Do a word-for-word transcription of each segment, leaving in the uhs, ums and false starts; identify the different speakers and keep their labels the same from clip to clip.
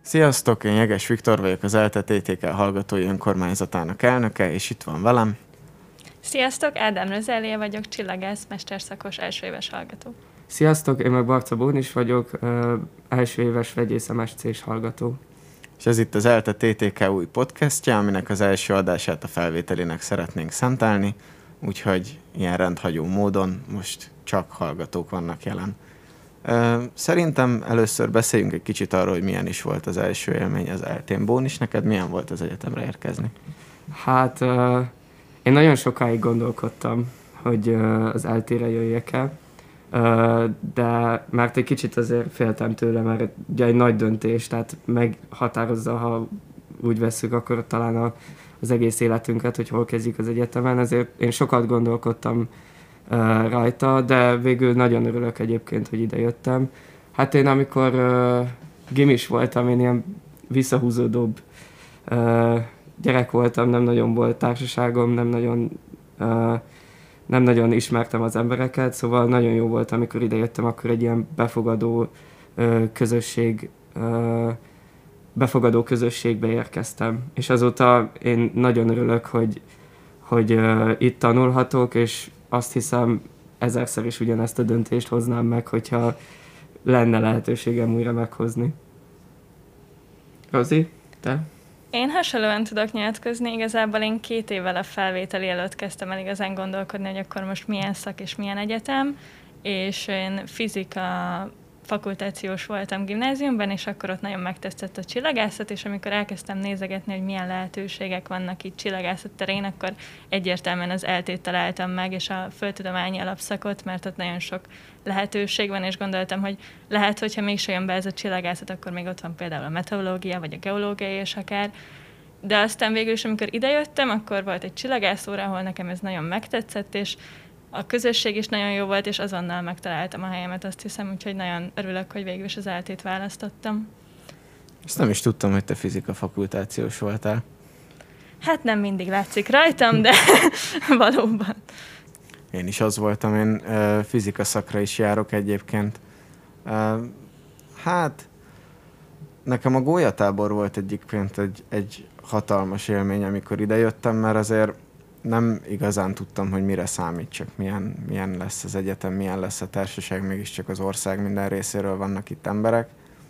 Speaker 1: Sziasztok, én Jeges Viktor vagyok, az ELTE té té ká hallgatói önkormányzatának elnöke, és itt van velem.
Speaker 2: Sziasztok, Ádám Rözelje vagyok, csillagász, mesterszakos elsőéves hallgató.
Speaker 3: Sziasztok, én meg Barca Bónis vagyok, elsőéves vegyész em es cés hallgató.
Speaker 1: És ez itt az ELTE té té ká új podcastja, aminek az első adását a felvételének szeretnénk szentelni, úgyhogy ilyen rendhagyó módon most csak hallgatók vannak jelen. Szerintem először beszéljünk egy kicsit arról, hogy milyen is volt az első élmény az eltén. Bónis, neked milyen volt az egyetemre érkezni?
Speaker 3: Hát uh, én nagyon sokáig gondolkodtam, hogy uh, az eltére jöjjek el, uh, de mert egy kicsit azért féltem tőle, mert ugye egy nagy döntés, tehát meghatározza, ha úgy vesszük, akkor talán a, az egész életünket, hogy hol kezdjük az egyetemen, ezért én sokat gondolkodtam rajta, de végül nagyon örülök egyébként, hogy ide jöttem. Hát én amikor uh, gimis voltam, én ilyen visszahúzódóbb uh, gyerek voltam, nem nagyon volt társaságom, nem nagyon, uh, nem nagyon ismertem az embereket, szóval nagyon jó volt, amikor ide jöttem, akkor egy ilyen befogadó uh, közösség, uh, befogadó közösségbe érkeztem. És azóta én nagyon örülök, hogy, hogy uh, itt tanulhatok, és azt hiszem, ezerszer is ugyanezt a döntést hoznám meg, hogyha lenne lehetőségem újra meghozni. Rozi, te?
Speaker 2: Én hasonlóan tudok nyilatkozni, igazából én két évvel a felvételi előtt kezdtem el igazán gondolkodni, hogy akkor most milyen szak és milyen egyetem, és én fizika fakultációs voltam gimnáziumban, és akkor ott nagyon megtetszett a csillagászat, és amikor elkezdtem nézegetni, hogy milyen lehetőségek vannak itt csillagászat terén, akkor egyértelműen az eltét találtam meg, és a földtudományi alapszakot, mert ott nagyon sok lehetőség van, és gondoltam, hogy lehet, hogyha mégse jön be ez a csillagászat, akkor még ott van például a meteorológia, vagy a geológia, és akár. De aztán végül is, amikor idejöttem, akkor volt egy csillagászóra, ahol nekem ez nagyon megtetszett, és a közösség is nagyon jó volt, és azonnal megtaláltam a helyemet, azt hiszem, úgyhogy nagyon örülök, hogy végül is az eltét választottam.
Speaker 1: Ezt nem is tudtam, hogy te fizika fakultációs voltál.
Speaker 2: Hát nem mindig látszik rajtam, de valóban.
Speaker 1: Én is az voltam, én uh, fizika szakra is járok egyébként. Uh, hát, nekem a gólyatábor volt egyébként egy, egy hatalmas élmény, amikor idejöttem, mert azért nem igazán tudtam, hogy mire számítsak, milyen, milyen lesz az egyetem, milyen lesz a társaság, mégiscsak az ország minden részéről vannak itt emberek.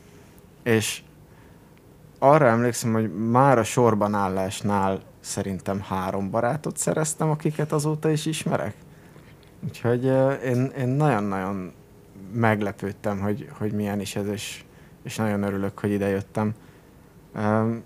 Speaker 1: És arra emlékszem, hogy már a sorban állásnál szerintem három barátot szereztem, akiket azóta is ismerek. Úgyhogy uh, én, én nagyon-nagyon meglepődtem, hogy, hogy milyen is ez, és, és nagyon örülök, hogy ide jöttem. Um,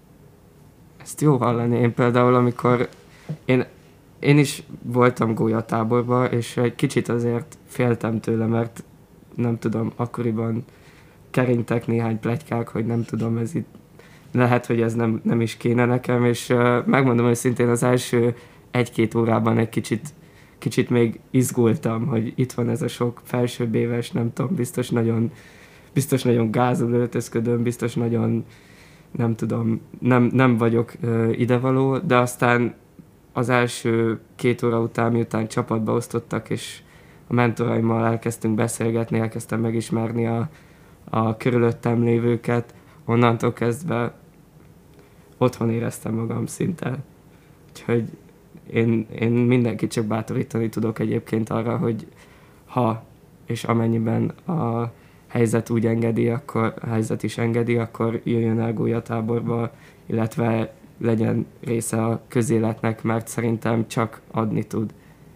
Speaker 3: Ezt jó hallani. Én például, amikor Én, én is voltam gólyatáborban, és egy kicsit azért féltem tőle, mert nem tudom, akkoriban kerintek néhány pletykák, hogy nem tudom, ez itt lehet, hogy ez nem, nem is kéne nekem, és uh, megmondom őszintén, az első egy-két órában egy kicsit, kicsit még izgultam, hogy itt van ez a sok felsőbb éves, nem tudom, biztos nagyon, biztos nagyon gázul öltözködöm, biztos nagyon, nem tudom, nem, nem vagyok uh, idevaló, de aztán az első két óra után, miután csapatba osztottak, és a mentoraimmal elkezdtünk beszélgetni, elkezdtem megismerni a, a körülöttem lévőket, onnantól kezdve otthon éreztem magam szinte. Úgyhogy én, én mindenkit csak bátorítani tudok egyébként arra, hogy ha és amennyiben a helyzet úgy engedi, akkor a helyzet is engedi, akkor jöjjön el gólyatáborba, illetve legyen része a közéletnek, mert szerintem csak adni tud.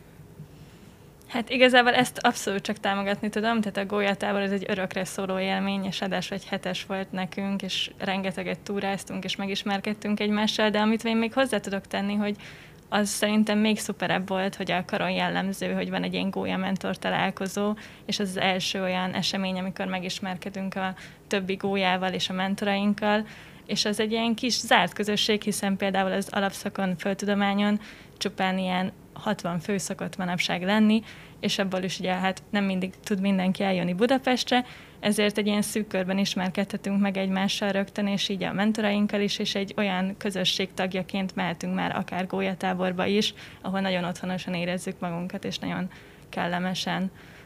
Speaker 2: Hát igazából ezt abszolút csak támogatni tudom, tehát a gólyatábor ez egy örökre szóló élmény, és ráadásul egy hetes volt nekünk, és rengeteget túráztunk, és megismerkedtünk egymással, de amit én még hozzá tudok tenni, hogy az szerintem még szuperebb volt, hogy a karon jellemző, hogy van egy ilyen gólyamentor találkozó, és az az első olyan esemény, amikor megismerkedünk a többi gólyával és a mentorainkkal, és az egy ilyen kis zárt közösség, hiszen például az alapszakon, földtudományon csupán ilyen hatvan fő szokott manapság lenni, és ebből is ugye hát nem mindig tud mindenki eljönni Budapestre, ezért egy ilyen szűk körben ismerkedhetünk meg egymással rögtön, és így a mentorainkkal is, és egy olyan közösség tagjaként mehetünk már akár gólyatáborba is, ahol nagyon otthonosan érezzük magunkat, és nagyon kellemesen.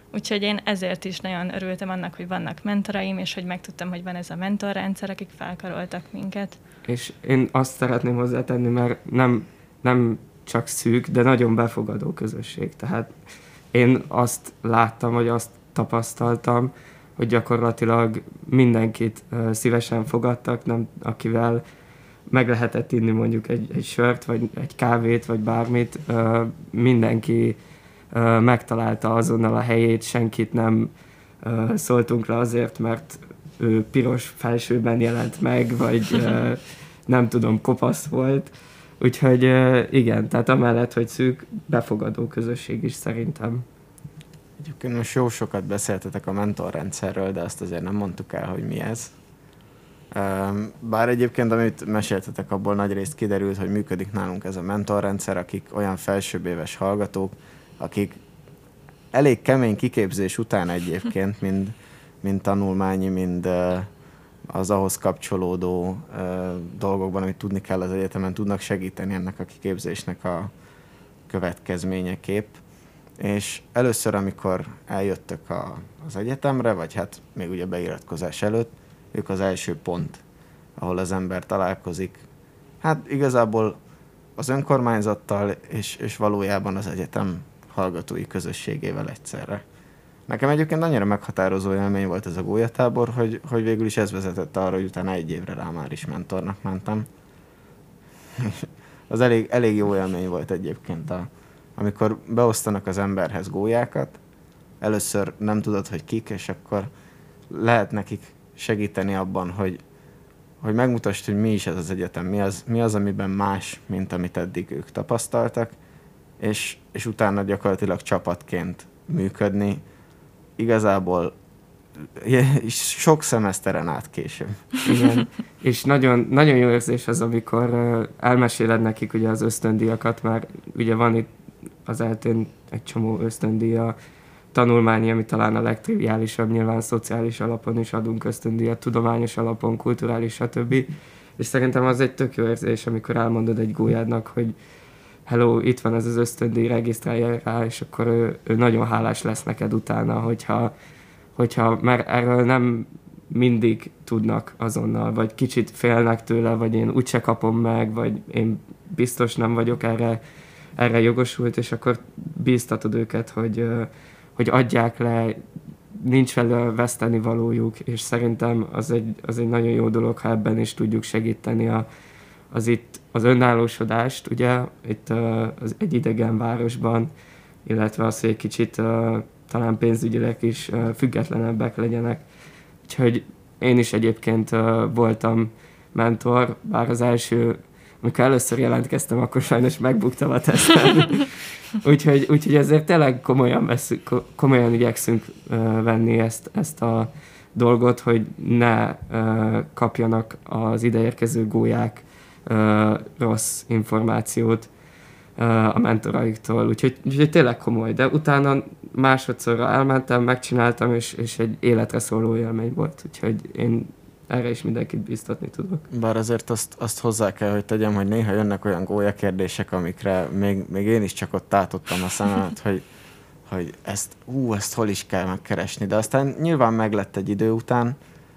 Speaker 2: Úgyhogy én ezért is nagyon örültem annak, hogy vannak mentoraim, és hogy megtudtam, hogy van ez a mentorrendszer, akik felkaroltak minket.
Speaker 3: És én azt szeretném hozzátenni, mert nem, nem csak szűk, de nagyon befogadó közösség. Tehát én azt láttam, vagy azt tapasztaltam, hogy gyakorlatilag mindenkit uh, szívesen fogadtak, nem, akivel meg lehetett inni mondjuk egy, egy sört, vagy egy kávét, vagy bármit. Uh, mindenki uh, megtalálta azonnal a helyét, senkit nem uh, szóltunk le azért, mert ő piros felsőben jelent meg, vagy uh, nem tudom, kopasz volt. Úgyhogy uh, igen, tehát amellett, hogy szűk, befogadó közösség is szerintem.
Speaker 1: Egyébként most jó sokat beszéltetek a mentorrendszerről, de azt azért nem mondtuk el, hogy mi ez. Bár egyébként, amit meséltetek, abból nagyrészt kiderült, hogy működik nálunk ez a mentorrendszer, akik olyan felsőbbéves hallgatók, akik elég kemény kiképzés után egyébként, mind, mind tanulmányi, mind az ahhoz kapcsolódó dolgokban, amit tudni kell az egyetemen, tudnak segíteni ennek a kiképzésnek a következményeképp. És először, amikor eljöttök a, az egyetemre, vagy hát még ugye beiratkozás előtt, ők az első pont, ahol az ember találkozik. Hát igazából az önkormányzattal, és, és valójában az egyetem hallgatói közösségével egyszerre. Nekem egyébként annyira meghatározó élmény volt ez a gólyatábor, hogy, hogy végül is ez vezetett arra, hogy utána egy évre rá már is mentornak mentem. Az elég, elég jó élmény volt egyébként, a, amikor beosztanak az emberhez gólyákat, először nem tudod, hogy kik, és akkor lehet nekik segíteni abban, hogy, hogy megmutasd, hogy mi is ez az egyetem, mi az, mi az, amiben más, mint amit eddig ők tapasztaltak, és, és utána gyakorlatilag csapatként működni. Igazából sok szemeszteren át később.
Speaker 3: Igen. És nagyon, nagyon jó érzés az, amikor elmeséled nekik ugye az ösztöndíjakat, mert ugye van itt az eltén egy csomó ösztöndíja, tanulmányi, ami talán a legtriviálisabb, nyilván szociális alapon is adunk ösztöndíjat, tudományos alapon, kulturális, stb. És szerintem az egy tök jó érzés, amikor elmondod egy gólyádnak, hogy hello, itt van ez az ösztöndíj, regisztrálj rá, és akkor ő, ő nagyon hálás lesz neked utána, hogyha, hogyha mert erről nem mindig tudnak azonnal, vagy kicsit félnek tőle, vagy én úgyse kapom meg, vagy én biztos nem vagyok erre, erre jogosult, és akkor bíztatod őket, hogy, hogy adják le, nincs vele veszteni valójuk, és szerintem az egy, az egy nagyon jó dolog, ha ebben is tudjuk segíteni a, az itt az önállósodást, ugye, itt az egy idegen városban, illetve az, hogy egy kicsit talán pénzügyileg is függetlenebbek legyenek. Úgyhogy én is egyébként voltam mentor, bár az első, amikor először jelentkeztem, akkor sajnos megbuktam a teszten. úgyhogy, úgyhogy ezért tényleg komolyan, veszünk, komolyan igyekszünk venni ezt, ezt a dolgot, hogy ne kapjanak az ideérkező gólyák rossz információt a mentoraiktól, úgyhogy, úgyhogy tényleg komoly, de utána másodszorra elmentem, megcsináltam, és, és egy életre szóló élmény volt, úgyhogy én erre is mindenkit bíztatni tudok.
Speaker 1: Bár azért azt, azt hozzá kell, hogy tegyem, hogy néha jönnek olyan gólya kérdések, amikre még, még én is csak ott tátottam a szememet, hogy, hogy ezt, ú, ezt hol is kell megkeresni, de aztán nyilván meglett egy idő után,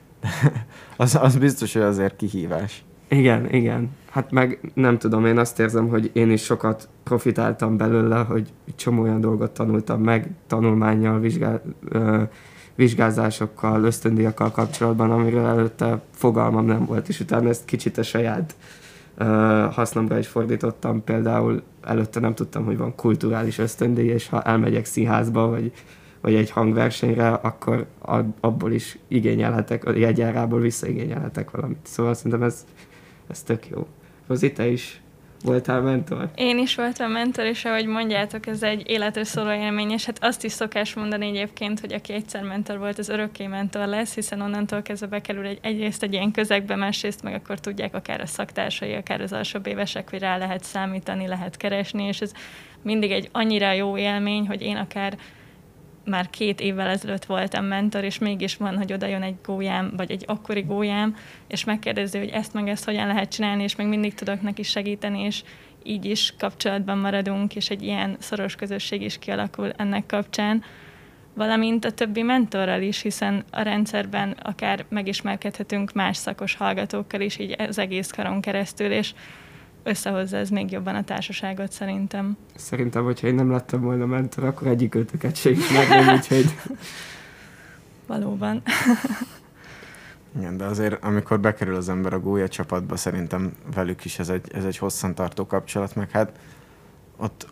Speaker 1: az, az biztos, hogy azért kihívás.
Speaker 3: Igen, igen. Hát meg nem tudom, én azt érzem, hogy én is sokat profitáltam belőle, hogy csomó olyan dolgot tanultam meg, tanulmánnyal, vizsgál, ö, vizsgázásokkal, ösztöndíjakkal kapcsolatban, amiről előtte fogalmam nem volt, és utána ezt kicsit a saját ö, hasznomra is fordítottam. Például előtte nem tudtam, hogy van kulturális ösztöndíj, és ha elmegyek színházba, vagy, vagy egy hangversenyre, akkor abból is igényelhetek, a jegyárából visszaigényelhetek valamit. Szóval szerintem ez Ez tök jó. Rozi, te is voltál mentor?
Speaker 2: Én is voltam mentor, és ahogy mondjátok, ez egy életről szóló élmény, és hát azt is szokás mondani egyébként, hogy aki egyszer mentor volt, az örökké mentor lesz, hiszen onnantól kezdve bekerül egy, egyrészt egy ilyen közegbe, másrészt meg akkor tudják akár a szaktársai, akár az alsóbb évesek, hogy rá lehet számítani, lehet keresni, és ez mindig egy annyira jó élmény, hogy én akár már két évvel ezelőtt voltam mentor, és mégis van, hogy oda jön egy gólyám, vagy egy akkori gólyám, és megkérdezi, hogy ezt meg ezt hogyan lehet csinálni, és meg mindig tudok neki segíteni, és így is kapcsolatban maradunk, és egy ilyen szoros közösség is kialakul ennek kapcsán. valamint a többi mentorral is, hiszen a rendszerben akár megismerkedhetünk más szakos hallgatókkal is, így az egész karon keresztül, és összehozza ez még jobban a társaságot szerintem.
Speaker 3: Szerintem, hogyha én nem lettem volna mentor, akkor egyik ötöket se ismerném, úgyhogy...
Speaker 2: Valóban.
Speaker 1: Igen, de azért, amikor bekerül az ember a gólya csapatba, szerintem velük is ez egy, ez egy hosszantartó kapcsolat, meg hát ott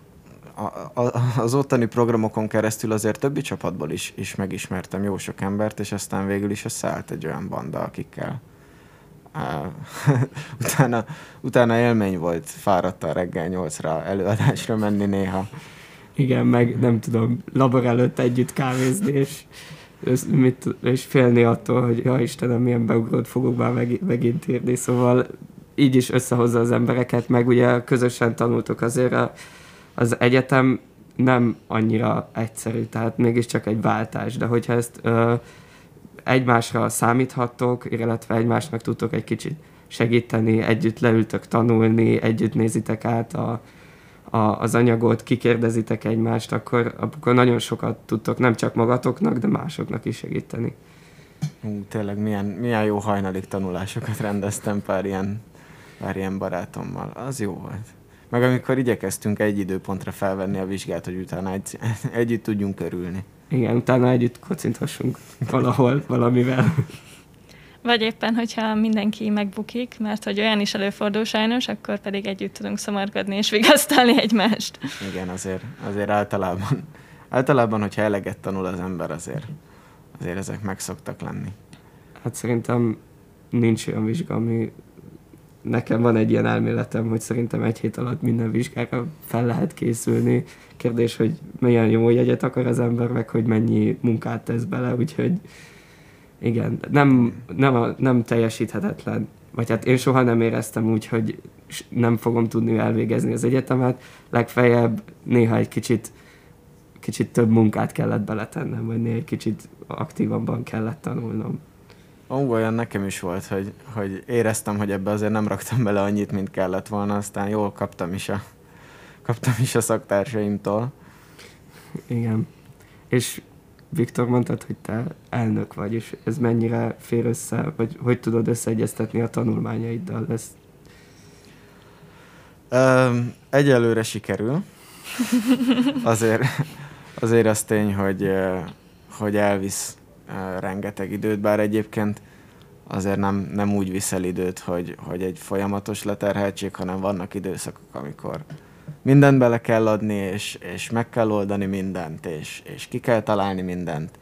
Speaker 1: a, a, az ottani programokon keresztül azért többi csapatból is, is megismertem jó sok embert, és aztán végül is összeállt egy olyan banda, akikkel uh, utána, utána élmény volt fáradtan reggel nyolcra előadásra menni néha.
Speaker 3: Igen, meg nem tudom, labor előtt együtt kávézni, és, és, mit, és félni attól, hogy ja Istenem, milyen beugrót fogok már meg, megint írni, szóval így is összehozza az embereket, meg ugye közösen tanultok azért a az egyetem nem annyira egyszerű, tehát mégiscsak egy váltás, de hogyha ezt ö, egymásra számíthattok, illetve egymásnak tudtok egy kicsit segíteni, együtt leültök tanulni, együtt nézitek át a, a, az anyagot, kikérdezitek egymást, akkor, akkor nagyon sokat tudtok nem csak magatoknak, de másoknak is segíteni.
Speaker 1: Hú, tényleg milyen, milyen jó hajnalig tanulásokat rendeztem pár ilyen, pár ilyen barátommal. Az jó volt. Meg amikor igyekeztünk egy időpontra felvenni a vizsgát, hogy utána egy, együtt tudjunk örülni.
Speaker 3: Igen, utána együtt kocinthassunk valahol, valamivel.
Speaker 2: Vagy éppen, hogyha mindenki megbukik, mert hogy olyan is előfordul sajnos, akkor pedig együtt tudunk szomorkodni és vigasztalni egymást.
Speaker 1: Igen, azért, azért általában, általában, hogyha eleget tanul az ember, azért, azért ezek meg szoktak lenni.
Speaker 3: Hát szerintem nincs olyan vizsga, ami... Nekem van egy ilyen elméletem, hogy szerintem egy hét alatt minden vizsgára fel lehet készülni. Kérdés, hogy milyen jó jegyet akar az ember, meg hogy mennyi munkát tesz bele, úgyhogy igen, nem, nem, a, nem teljesíthetetlen. Vagy hát én soha nem éreztem úgy, hogy nem fogom tudni elvégezni az egyetemet. Legfeljebb néha egy kicsit, kicsit több munkát kellett beletennem, vagy néha egy kicsit aktívabban kellett tanulnom.
Speaker 1: Ó, olyan nekem is volt, hogy, hogy éreztem, hogy ebbe azért nem raktam bele annyit, mint kellett volna, aztán jól kaptam is a, kaptam is a szaktársaimtól.
Speaker 3: Igen. És Viktor, mondtad, hogy te elnök vagy, és ez mennyire fér össze, vagy hogy tudod összeegyeztetni a tanulmányaiddal ezt?
Speaker 1: Um, egyelőre sikerül. Azért, azért az tény, hogy, hogy elvisz rengeteg időt, bár egyébként azért nem, nem úgy viszel időt, hogy, hogy egy folyamatos leterheltség, hanem vannak időszakok, amikor mindent bele kell adni, és, és meg kell oldani mindent, és, és ki kell találni mindent.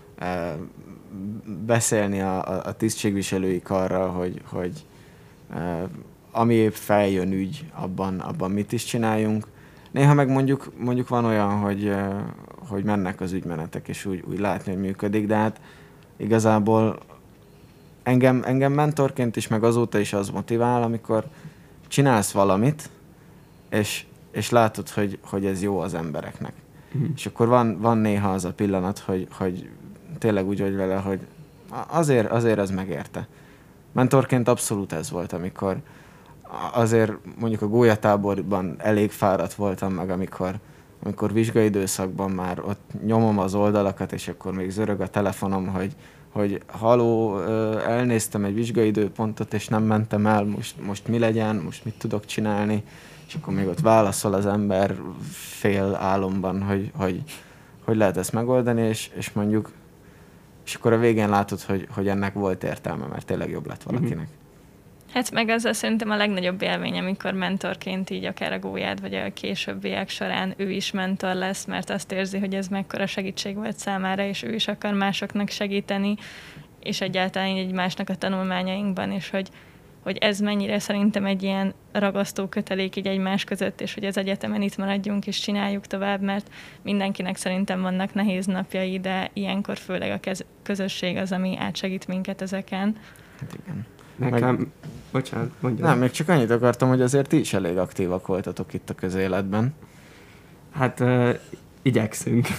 Speaker 1: Beszélni a, a tisztségviselői karral, hogy, hogy ami épp feljön ügy, abban, abban mit is csináljunk. Néha meg mondjuk, mondjuk van olyan, hogy, hogy mennek az ügymenetek, és úgy, úgy látni, hogy működik, de hát igazából engem, engem mentorként is, meg azóta is az motivál, amikor csinálsz valamit, és, és látod, hogy, hogy ez jó az embereknek. Mm. És akkor van, van néha az a pillanat, hogy, hogy tényleg úgy vagy vele, hogy azért, azért ez megérte. Mentorként abszolút ez volt, amikor azért mondjuk a gólyatáborban elég fáradt voltam meg, amikor, amikor vizsgaidőszakban már ott nyomom az oldalakat, és akkor még zörög a telefonom, hogy, hogy haló, elnéztem egy vizsgaidőpontot, és nem mentem el, most, most mi legyen, most mit tudok csinálni, és akkor még ott válaszol az ember fél álomban, hogy, hogy, hogy lehet ezt megoldani, és, és mondjuk, és akkor a végén látod, hogy, hogy ennek volt értelme, mert tényleg jobb lett valakinek.
Speaker 2: Hát meg azzal szerintem a legnagyobb élmény, amikor mentorként így akár a gólyád, vagy a későbbiek során ő is mentor lesz, mert azt érzi, hogy ez mekkora segítség volt számára, és ő is akar másoknak segíteni, és egyáltalán így másnak a tanulmányainkban, és hogy, hogy ez mennyire szerintem egy ilyen ragasztó kötelék így egymás között, és hogy az egyetemen itt maradjunk, és csináljuk tovább, mert mindenkinek szerintem vannak nehéz napjai, de ilyenkor főleg a kez- közösség az, ami átsegít minket ezeken.
Speaker 1: Hát igen.
Speaker 3: Nekem,
Speaker 1: meg...
Speaker 3: bocsánat, mondjam.
Speaker 1: Nem, még csak annyit akartam, hogy azért ti is elég aktívak voltatok itt a közéletben.
Speaker 3: Hát uh, igyekszünk.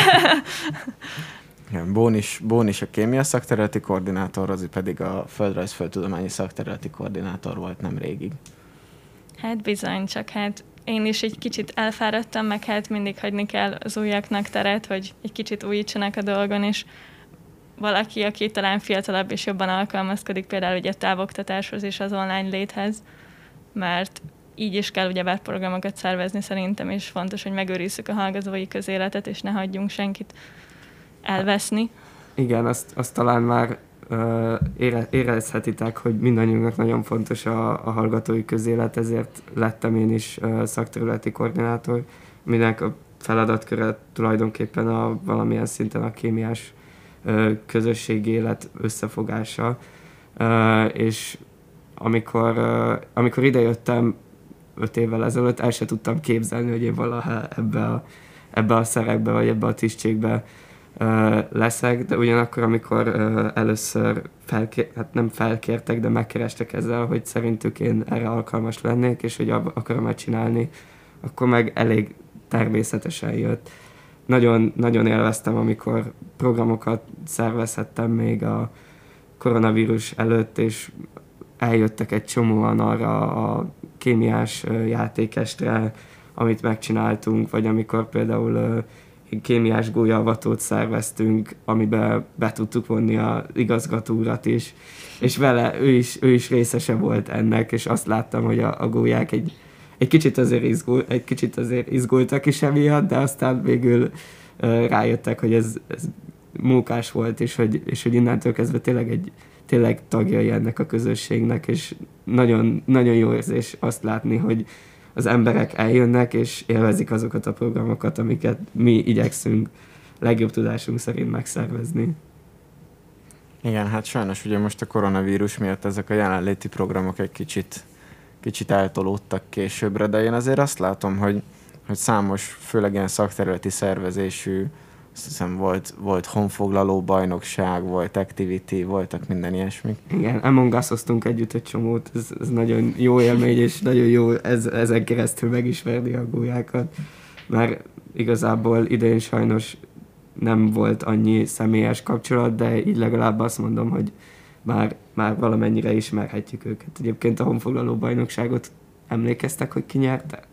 Speaker 1: Igen, Bónis, Bónis a kémia szakterületi koordinátor, Rozi pedig a földrajz földtudományi szakterületi koordinátor volt nem régig.
Speaker 2: Hát bizony, csak hát én is egy kicsit elfáradtam, meg hát mindig hagyni kell az újaknak teret, hogy egy kicsit újítsanak a dolgon, és valaki, aki talán fiatalabb és jobban alkalmazkodik például ugye a távoktatáshoz és az online léthez, mert így is kell ugyebár programokat szervezni szerintem, és fontos, hogy megőrizzük a hallgatói közéletet, és ne hagyjunk senkit elveszni.
Speaker 3: Igen, azt, azt talán már uh, ére, érezhetitek, hogy mindannyiunknak nagyon fontos a, a hallgatói közélet, ezért lettem én is uh, szakterületi koordinátor, aminek a feladatköre tulajdonképpen a valamilyen szinten a kémiás uh, közösségi élet összefogása, uh, és amikor, uh, amikor idejöttem öt évvel ezelőtt, el se tudtam képzelni, hogy én valaha ebbe a, ebbe a szerepbe, vagy ebbe a tisztségbe uh, leszek, de ugyanakkor, amikor uh, először felkér, hát nem felkértek, de megkerestek ezzel, hogy szerintük én erre alkalmas lennék, és hogy ab- akarom-e csinálni, akkor meg elég természetesen jött. Nagyon, nagyon élveztem, amikor programokat szervezhettem még a koronavírus előtt, és eljöttek egy csomóan arra a kémiás játékestre, amit megcsináltunk, vagy amikor például kémiás gólyavatót szerveztünk, amiben be tudtuk vonni az igazgató urat is, és vele ő is, ő is részese volt ennek, és azt láttam, hogy a, a gólyák egy, egy, kicsit azért izgul, egy kicsit azért izgultak is emiatt, de aztán végül uh, rájöttek, hogy ez, ez mókás volt, és hogy, és hogy innentől kezdve tényleg egy tényleg tagjai ennek a közösségnek, és nagyon, nagyon jó érzés azt látni, hogy az emberek eljönnek, és élvezik azokat a programokat, amiket mi igyekszünk legjobb tudásunk szerint megszervezni.
Speaker 1: Igen, hát sajnos ugye most a koronavírus miatt ezek a jelenléti programok egy kicsit, kicsit eltolódtak későbbre, de én azért azt látom, hogy, hogy számos, főleg ilyen szakterületi szervezésű, azt hiszem volt, volt honfoglaló bajnokság, volt activity, voltak minden ilyesmik.
Speaker 3: Igen, Among Us-oztunk együtt egy csomót, ez, ez nagyon jó élmény, és nagyon jó ez, ezen keresztül megismerni a gólyákat, mert igazából idén sajnos nem volt annyi személyes kapcsolat, de így legalább azt mondom, hogy már, már valamennyire ismerhetjük őket. Egyébként a honfoglaló bajnokságot emlékeztek, hogy ki nyerte?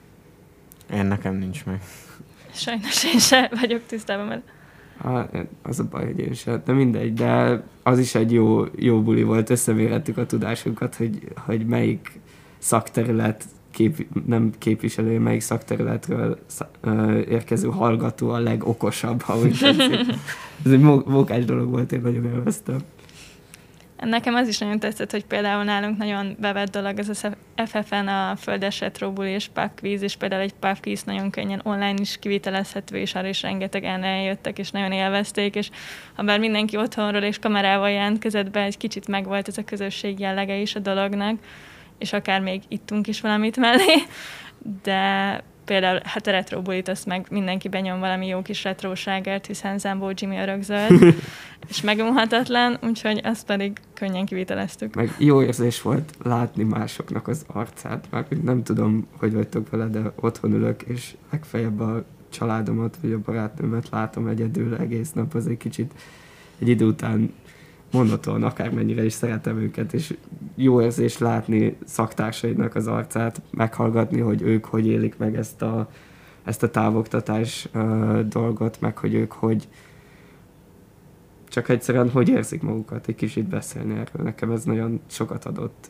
Speaker 1: Én nekem nincs meg.
Speaker 2: Sajnos én sem vagyok tisztában vele.
Speaker 3: Ah, az a baj, hogy én sem, de mindegy, de az is egy jó, jó buli volt, összemérhettük a tudásunkat, hogy, hogy melyik szakterület kép, nem képviselő, melyik szakterületről érkező hallgató a legokosabb, ha úgy tetszik. Ez egy mókás dolog volt, én nagyon élveztem.
Speaker 2: Nekem az is nagyon tetszett, hogy például nálunk nagyon bevett dolog ez az ef ef-en a földes retróbuli és pubquiz, és például egy pubquiz nagyon könnyen online is kivitelezhető, és arra is rengetegen eljöttek, és nagyon élvezték, és ha bár mindenki otthonról és kamerával jelentkezett be, egy kicsit megvolt ez a közösség jellege is a dolognak, és akár még ittunk is valamit mellé, de például hát a retrobulit azt meg mindenki benyom valami jó kis retróságert, hiszen Zambó Jimmy örökzöld, és megunhatatlan, úgyhogy azt pedig könnyen kiviteleztük.
Speaker 3: Meg jó érzés volt látni másoknak az arcát, mert nem tudom, hogy vagytok vele, de otthon ülök, és legfeljebb a családomat, vagy a barátnőmet látom egyedül egész nap, az egy kicsit egy idő után monoton, akármennyire is szeretem őket, és jó érzés látni szaktársaidnak az arcát, meghallgatni, hogy ők hogy élik meg ezt a, ezt a távoktatás uh, dolgot, meg hogy ők hogy csak egyszerűen hogy érzik magukat, egy kicsit beszélni erről. Nekem ez nagyon sokat adott.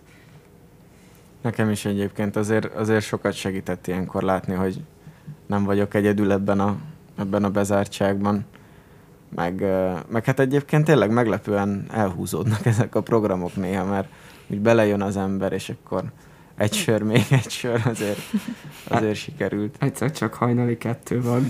Speaker 1: Nekem is egyébként azért, azért sokat segített ilyenkor látni, hogy nem vagyok egyedül ebben a, ebben a bezártságban. Meg, meg hát egyébként tényleg meglepően elhúzódnak ezek a programok néha, mert úgy belejön az ember, és akkor egy sör, még egy sör, azért, azért sikerült.
Speaker 3: Egyszer csak hajnali kettő van.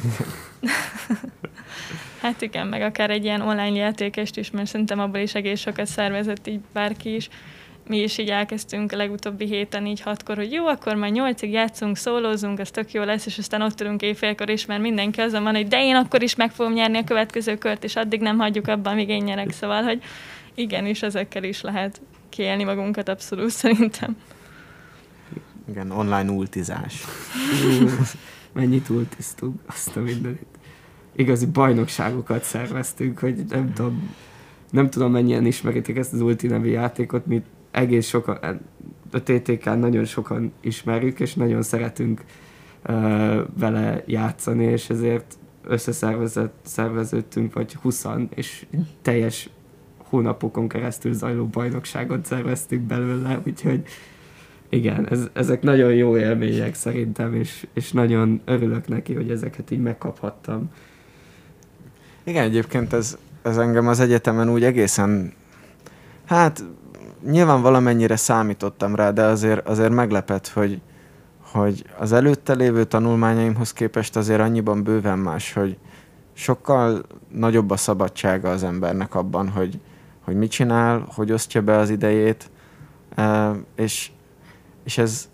Speaker 2: Hát igen, meg akár egy ilyen online játékest is, mert szerintem abból is egész sokat szervezett így bárki is. Mi is így elkezdtünk a legutóbbi héten így hatkor, hogy jó, akkor majd nyolcig játszunk, szólózunk, az tök jó lesz, és aztán ott ülünk éjfélkor is, mert mindenki azon van, hogy de én akkor is meg fogom nyerni a következő kört, és addig nem hagyjuk abban, amíg én nyerek. Szóval, hogy igenis, ezekkel is lehet kiélni magunkat abszolút szerintem.
Speaker 1: Igen, online ultizás.
Speaker 3: Mennyit ultiztunk, azt a mindenit. Igazi bajnokságokat szerveztünk, hogy nem tudom, nem tudom mennyien ismeritek ezt az Ulti nevű játékot, mi egész sokan, a té té ká-n nagyon sokan ismerjük, és nagyon szeretünk uh, vele játszani, és ezért összeszerveződtünk, vagy huszan, és teljes hónapokon keresztül zajló bajnokságot szerveztük belőle, úgyhogy igen, ez, ezek nagyon jó élmények szerintem, és, és nagyon örülök neki, hogy ezeket így megkaphattam.
Speaker 1: Igen, egyébként ez, ez engem az egyetemen úgy egészen, hát nyilván valamennyire számítottam rá, de azért, azért meglepett, hogy, hogy az előtte lévő tanulmányaimhoz képest azért annyiban bőven más, hogy sokkal nagyobb a szabadsága az embernek abban, hogy, hogy mit csinál, hogy osztja be az idejét, és, és ez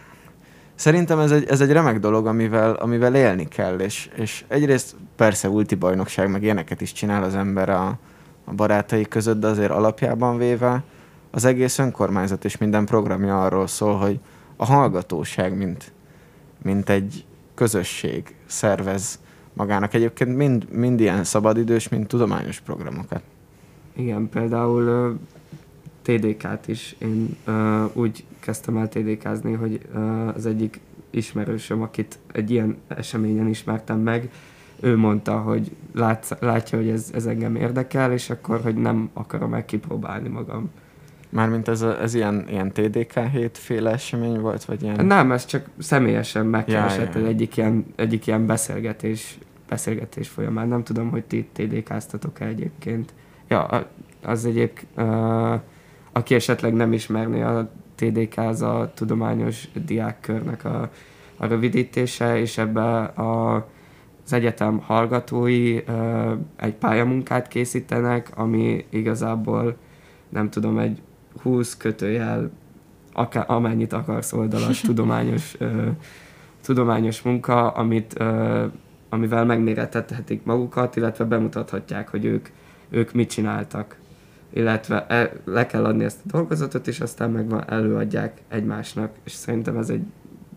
Speaker 1: szerintem ez egy, ez egy remek dolog, amivel, amivel élni kell, és, és egyrészt persze ultibajnokság, meg ilyeneket is csinál az ember a, a barátai között, de azért alapjában véve az egész önkormányzat és minden programja arról szól, hogy a hallgatóság, mint, mint egy közösség szervez magának egyébként mind, mind ilyen szabadidős, mind tudományos programokat.
Speaker 3: Igen, például uh, té dé ká-t is én uh, úgy kezdtem el té dé kázni, hogy uh, az egyik ismerősöm, akit egy ilyen eseményen ismertem meg, ő mondta, hogy látsz, látja, hogy ez, ez engem érdekel, és akkor, hogy nem akarom meg kipróbálni magam.
Speaker 1: Mármint ez, a, ez ilyen, ilyen té dé ká hét féle esemény volt, vagy ilyen?
Speaker 3: Nem, ez csak személyesen megkeresett,
Speaker 1: ja, ja.
Speaker 3: egyik ilyen, egyik ilyen beszélgetés, beszélgetés folyamán. Nem tudom, hogy ti té dé káztatok-e egyébként. Ja, az egyéb, uh, aki esetleg nem ismerné, a té dé ká az a tudományos diákkörnek a, a rövidítése, és ebben a, az egyetem hallgatói uh, egy pályamunkát készítenek, ami igazából nem tudom, egy húsz kötőjel, akár, amennyit akarsz oldalas tudományos, ö, tudományos munka, amit, ö, amivel megmérettethetik magukat, illetve bemutathatják, hogy ők, ők mit csináltak. Illetve e, le kell adni ezt a dolgozatot, és aztán meg előadják egymásnak. És szerintem ez egy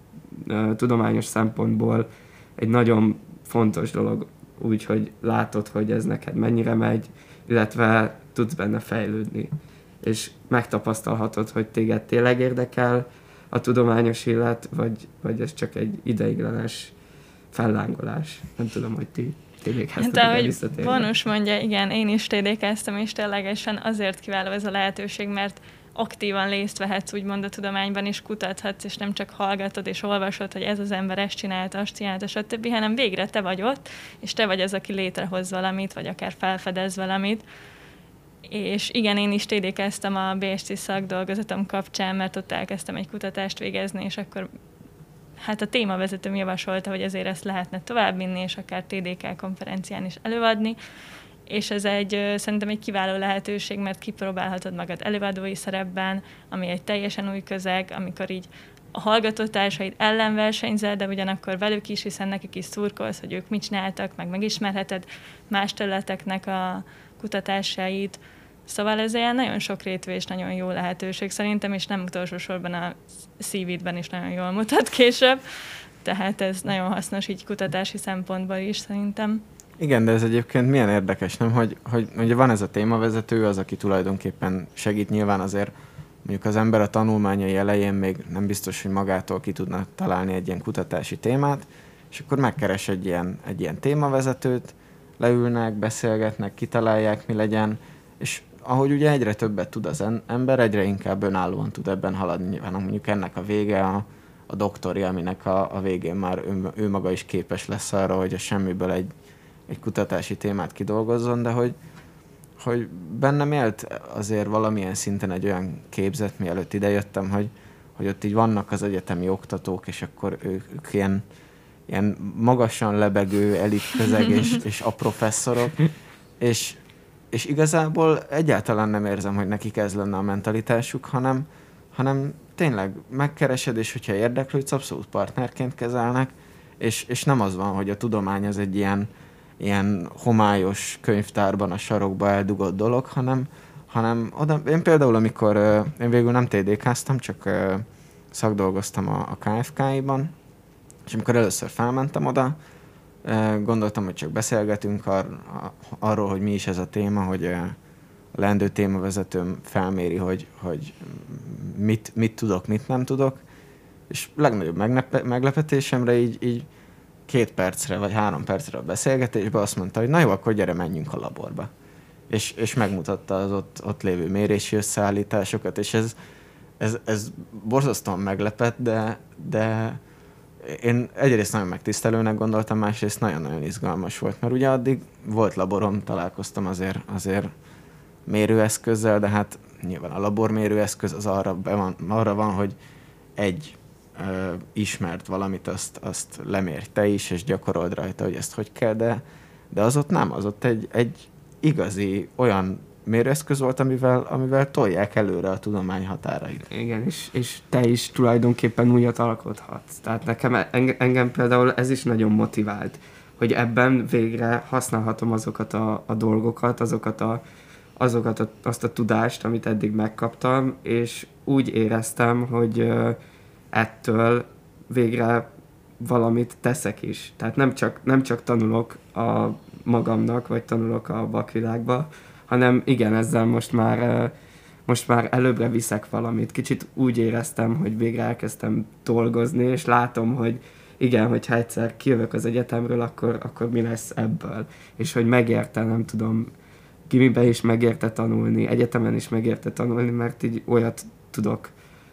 Speaker 3: ö, tudományos szempontból egy nagyon fontos dolog, úgyhogy látod, hogy ez neked mennyire megy, illetve tudsz benne fejlődni. És megtapasztalhatod, hogy téged tényleg érdekel a tudományos élet, vagy, vagy ez csak egy ideiglenes fellángolás. Nem tudom, hogy ti té dé káztatok el visszatérve.
Speaker 2: De ahogy Vanus mondja, igen, én is té dé káztam, és ténylegesen azért kiváló ez a lehetőség, mert aktívan részt vehetsz úgymond a tudományban, és kutathatsz, és nem csak hallgatod és olvasod, hogy ez az ember ezt csinálta, azt csinálta, stb., hanem végre te vagy ott, és te vagy az, aki létrehoz valamit, vagy akár felfedez valamit. És igen, én is té dé káztam a bé es cé szakdolgozatom kapcsán, mert ott elkezdtem egy kutatást végezni, és akkor hát a témavezetőm javasolta, hogy azért ezt lehetne továbbvinni, és akár té dé ká konferencián is előadni, és ez egy, szerintem egy kiváló lehetőség, mert kipróbálhatod magad előadói szerepben, ami egy teljesen új közeg, amikor így a hallgatótársaid ellen versenyzel, de ugyanakkor velük is, hiszen nekik is szurkolsz, hogy ők mit csináltak, meg megismerheted más területeknek a kutatásait. Szóval ez ilyen nagyon sokrétű és nagyon jó lehetőség szerintem, és nem utolsó sorban a cé vé-ben is nagyon jól mutat később. Tehát ez nagyon hasznos így kutatási szempontból is szerintem.
Speaker 1: Igen, de ez egyébként milyen érdekes, nem? Hogy, hogy ugye van ez a témavezető, az, aki tulajdonképpen segít, nyilván azért mondjuk az ember a tanulmányai elején még nem biztos, hogy magától ki tudna találni egy ilyen kutatási témát, és akkor megkeres egy ilyen, egy ilyen témavezetőt, leülnek, beszélgetnek, kitalálják, mi legyen, és ahogy ugye egyre többet tud az ember, egyre inkább önállóan tud ebben haladni. Nyilván mondjuk ennek a vége a, a doktori, aminek a, a végén már ő, ő maga is képes lesz arra, hogy a semmiből egy, egy kutatási témát kidolgozzon, de hogy, hogy bennem élt azért valamilyen szinten egy olyan képzet, mielőtt idejöttem, hogy, hogy ott így vannak az egyetemi oktatók, és akkor ők, ők ilyen, ilyen magasan lebegő elit közeg, és, és a professzorok, és És igazából egyáltalán nem érzem, hogy nekik ez lenne a mentalitásuk, hanem, hanem tényleg megkeresed, és hogyha érdeklődsz, abszolút partnerként kezelnek, és, és nem az van, hogy a tudomány az egy ilyen, ilyen homályos könyvtárban a sarokba eldugott dolog, hanem, hanem oda, én például, amikor én végül nem té dé káztam, csak szakdolgoztam a, a ká ef ká-ban, és amikor először felmentem oda, gondoltam, hogy csak beszélgetünk ar- arról, hogy mi is ez a téma, hogy, a leendő témavezetőm felméri, hogy, hogy mit, mit tudok, mit nem tudok, és legnagyobb megnepe- meglepetésemre így, így két percre vagy három percre a beszélgetésben azt mondta, hogy na jó, akkor gyere, menjünk a laborba. És, és megmutatta az ott, ott lévő mérési összeállításokat, és ez, ez, ez borzasztóan meglepett, de, de én egyrészt nagyon megtisztelőnek gondoltam, másrészt nagyon-nagyon izgalmas volt, mert ugye addig volt laborom, találkoztam azért, azért mérőeszközzel, de hát nyilván a labormérőeszköz az arra, be van, arra van, hogy egy ö, ismert valamit, azt, azt lemérj te is, és gyakorold rajta, hogy ezt hogy kell, de, de az ott nem, az ott egy, egy igazi olyan mérőeszköz volt, amivel, amivel tolják előre a tudomány határait.
Speaker 3: Igen, és, és te is tulajdonképpen újat alkothatsz. Tehát nekem engem, engem például ez is nagyon motivált, hogy ebben végre használhatom azokat a, a dolgokat, azokat, a, azokat a, azt a tudást, amit eddig megkaptam, és úgy éreztem, hogy uh, ettől végre valamit teszek is. Tehát nem csak, nem csak tanulok a magamnak, vagy tanulok a vakvilágba, hanem igen, ezzel most már, most már előbbre viszek valamit. Kicsit úgy éreztem, hogy végre elkezdtem dolgozni, és látom, hogy igen, hogyha egyszer kijövök az egyetemről, akkor, akkor mi lesz ebből. És hogy megérte, nem tudom, gimibe is megérte tanulni, egyetemen is megérte tanulni, mert így olyat tudok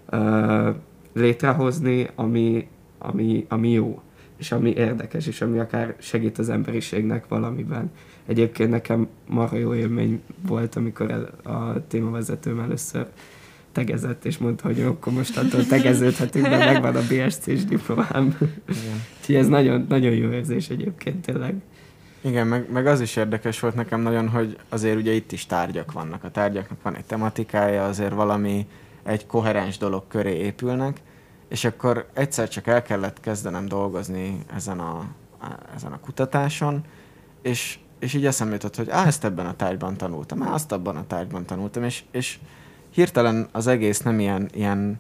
Speaker 3: uh, létrehozni, ami, ami, ami jó, és ami érdekes, és ami akár segít az emberiségnek valamiben. Egyébként nekem marha jó élmény volt, amikor a témavezetőm először tegezett, és mondta, hogy akkor mostantól tegeződhetünk, de megvan a bé es cés diplomám. Úgyhogy ez nagyon, nagyon jó érzés egyébként tényleg.
Speaker 1: Igen, meg, meg az is érdekes volt nekem nagyon, hogy azért ugye itt is tárgyak vannak. A tárgyaknak van egy tematikája, azért valami egy koherens dolog köré épülnek, és akkor egyszer csak el kellett kezdenem dolgozni ezen a, ezen a kutatáson, és, és így eszembe jutott, hogy á, ezt ebben a tárgyban tanultam, á, azt abban a tárgyban tanultam, és, és hirtelen az egész nem ilyen, ilyen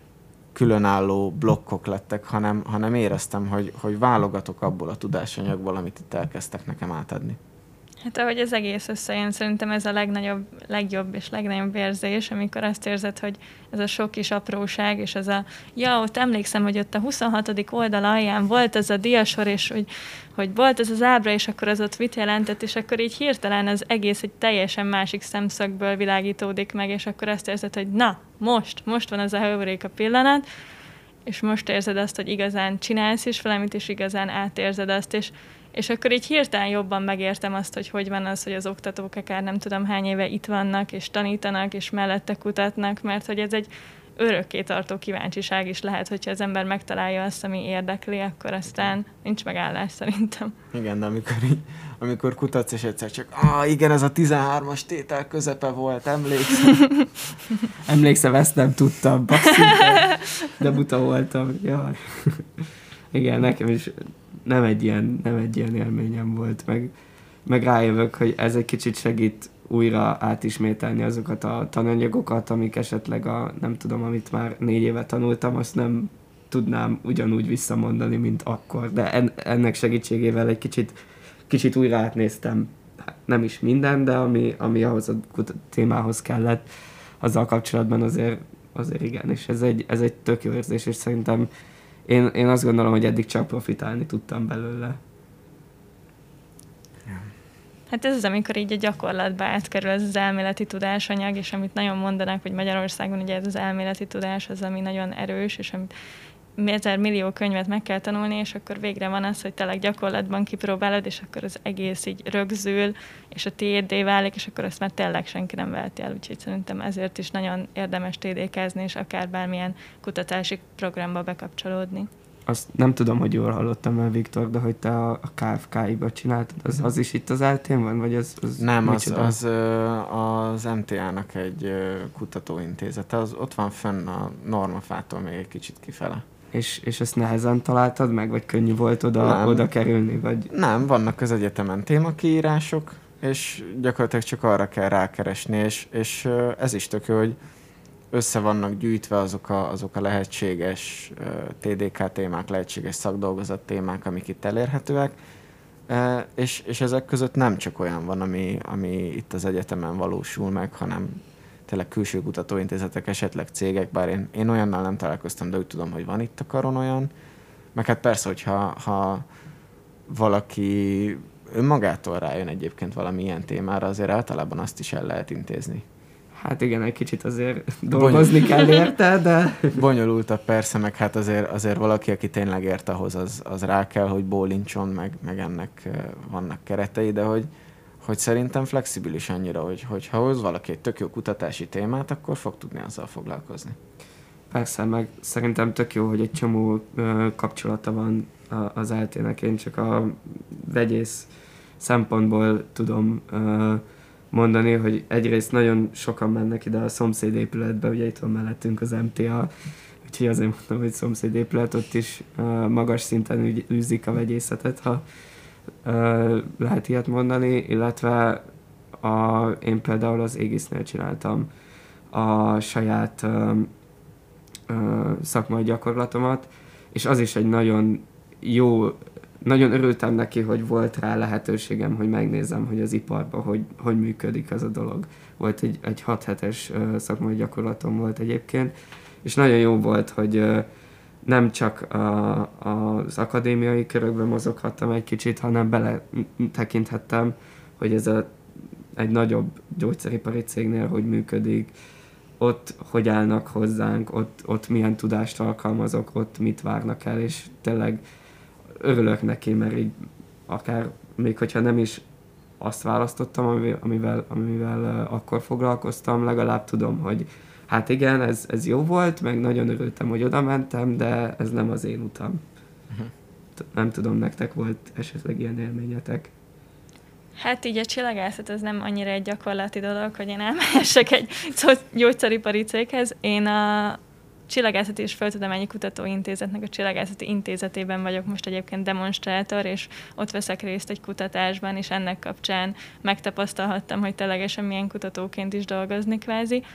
Speaker 1: különálló blokkok lettek, hanem, hanem éreztem, hogy, hogy válogatok abból a tudásanyagból, amit itt elkezdtek nekem átadni.
Speaker 2: Hát ahogy az egész összejön, szerintem ez a legnagyobb, legjobb és legnagyobb érzés, amikor azt érzed, hogy ez a sok kis apróság, és ez a, ja, ott emlékszem, hogy ott a huszonhatodik oldal alján volt ez a diasor, és hogy, hogy volt ez az ábra, és akkor az ott mit jelentett, és akkor így hirtelen az egész egy teljesen másik szemszögből világítódik meg, és akkor azt érzed, hogy na, most, most van az a heuréka pillanat, és most érzed azt, hogy igazán csinálsz is valamit, és igazán átérzed azt, és És akkor így hirtelen jobban megértem azt, hogy hogy van az, hogy az oktatók akár nem tudom hány éve itt vannak, és tanítanak, és mellette kutatnak, mert hogy ez egy örökké tartó kíváncsiság is lehet, hogyha az ember megtalálja azt, ami érdekli, akkor aztán nincs megállás szerintem.
Speaker 1: Igen, de amikor, így, amikor kutatsz, és egyszer csak, ah, igen, ez a tizenhármas tétel közepe volt, emlékszem.
Speaker 3: Emlékszem, ezt nem tudtam, basszik, de, de buta voltam. Jaj. Igen, nekem is nem egy ilyen, nem egy ilyen élményem volt, meg, meg rájövök, hogy ez egy kicsit segít újra átismételni azokat a tananyagokat, amik esetleg a, nem tudom, amit már négy éve tanultam, azt nem tudnám ugyanúgy visszamondani, mint akkor, de en, ennek segítségével egy kicsit, kicsit újra átnéztem, nem is minden, de ami, ami ahhoz a témához kellett, azzal kapcsolatban azért, azért igen, és ez egy, ez egy tök jó érzés, és szerintem Én, én azt gondolom, hogy eddig csak profitálni tudtam belőle.
Speaker 2: Hát ez az, amikor így a gyakorlatba átkerül ez az elméleti tudásanyag, és amit nagyon mondanak, hogy Magyarországon ugye ez az elméleti tudás az, ami nagyon erős, és amit ezer millió könyvet meg kell tanulni, és akkor végre van az, hogy tényleg gyakorlatban kipróbálod, és akkor az egész így rögzül, és a tiéddé válik, és akkor azt már tényleg senki nem veheti el. Úgyhogy szerintem ezért is nagyon érdemes té dé kázni, és akár bármilyen kutatási programba bekapcsolódni.
Speaker 3: Azt nem tudom, hogy jól hallottam el, Viktor, de hogy te a, a ká ef ká-iba csináltad, az, az is itt az eltén van? Vagy az, az
Speaker 1: nem, az, az, az em té á-nak egy kutatóintézete, az ott van fönn a Normafától még egy kicsit kifele.
Speaker 3: És, és ezt nehezen találtad meg, vagy könnyű volt oda, oda kerülni? Vagy...
Speaker 1: Nem, vannak az egyetemen témakiírások, és gyakorlatilag csak arra kell rákeresni, és, és ez is tök jó, hogy össze vannak gyűjtve azok a, azok a lehetséges té dé ká témák, lehetséges szakdolgozat témák, amik itt elérhetőek, E, és, és ezek között nem csak olyan van, ami, ami itt az egyetemen valósul meg, hanem tényleg külső kutatóintézetek, esetleg cégek, bár én, én olyannal nem találkoztam, de úgy tudom, hogy van itt a karon olyan. Meg hát persze, hogyha ha valaki önmagától rájön egyébként valami ilyen témára, azért általában azt is el lehet intézni.
Speaker 3: Hát igen, egy kicsit azért dolgozni kell érte, de...
Speaker 1: Bonyolultabb persze, meg hát azért, azért valaki, aki tényleg ért ahhoz, az, az rá kell, hogy bólincson, meg, meg ennek vannak keretei, de hogy, hogy szerintem flexibilis annyira, hogy, hogy ha hoz valaki egy tök jó kutatási témát, akkor fog tudni azzal foglalkozni.
Speaker 3: Persze, meg szerintem tök jó, hogy egy csomó ö, kapcsolata van a, az é té-nek. Én csak a vegyész szempontból tudom ö, mondani, hogy egyrészt nagyon sokan mennek ide a szomszédépületbe, ugye itt van mellettünk az em té á, úgyhogy azért mondom, hogy szomszédépület, ott is ö, magas szinten ügy, űzik a vegyészetet, ha ö, lehet ilyet mondani, illetve a, én például az égisznél csináltam a saját ö, ö, szakmai gyakorlatomat, és az is egy nagyon jó, nagyon örültem neki, hogy volt rá lehetőségem, hogy megnézzem, hogy az iparban hogy, hogy működik ez a dolog. Volt egy, egy hat hetes ö, szakmai gyakorlatom volt egyébként, és nagyon jó volt, hogy ö, nem csak a, az akadémiai körökben mozoghattam egy kicsit, hanem bele tekinthettem, hogy ez a, egy nagyobb gyógyszeripari cégnél hogy működik, ott hogy állnak hozzánk, ott, ott milyen tudást alkalmazok, ott mit várnak el, és tényleg örülök neki, mert így akár, még hogyha nem is azt választottam, amivel, amivel akkor foglalkoztam, legalább tudom, hogy hát igen, ez, ez jó volt, meg nagyon örültem, hogy oda mentem, de ez nem az én utam. Uh-huh. Nem tudom, nektek volt esetleg ilyen élményetek?
Speaker 2: Hát így a csillagászat az nem annyira egy gyakorlati dolog, hogy én elmehessek egy gyógyszeripari céghez. Én a Csillagászati és Földtudományi Kutatóintézetnek a Csillagászati Intézetében vagyok most egyébként demonstrátor, és ott veszek részt egy kutatásban, és ennek kapcsán megtapasztalhattam, hogy ténylegesen milyen kutatóként is dolgozni kvázi.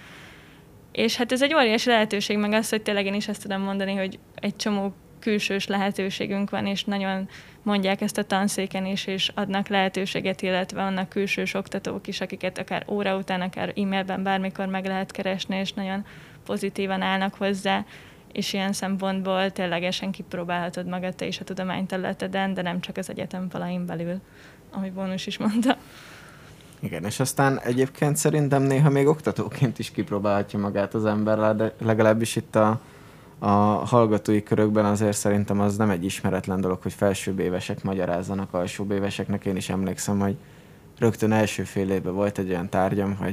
Speaker 2: És hát ez egy óriási lehetőség, meg az, hogy tényleg én is ezt tudom mondani, hogy egy csomó külsős lehetőségünk van, és nagyon mondják ezt a tanszéken is, és adnak lehetőséget, illetve vannak külsős oktatók is, akiket akár óra után, akár e-mailben bármikor meg lehet keresni, és nagyon pozitívan állnak hozzá, és ilyen szempontból ténylegesen kipróbálhatod magad te is a tudományterületeden, de nem csak az egyetem falain belül, ahogy Bónus is mondta.
Speaker 1: Igen, és aztán egyébként szerintem néha még oktatóként is kipróbálhatja magát az ember, de legalábbis itt a, a hallgatói körökben azért szerintem az nem egy ismeretlen dolog, hogy felsőbb évesek magyarázzanak alsóbb éveseknek. Én is emlékszem, hogy rögtön első fél évben volt egy olyan tárgyam, hogy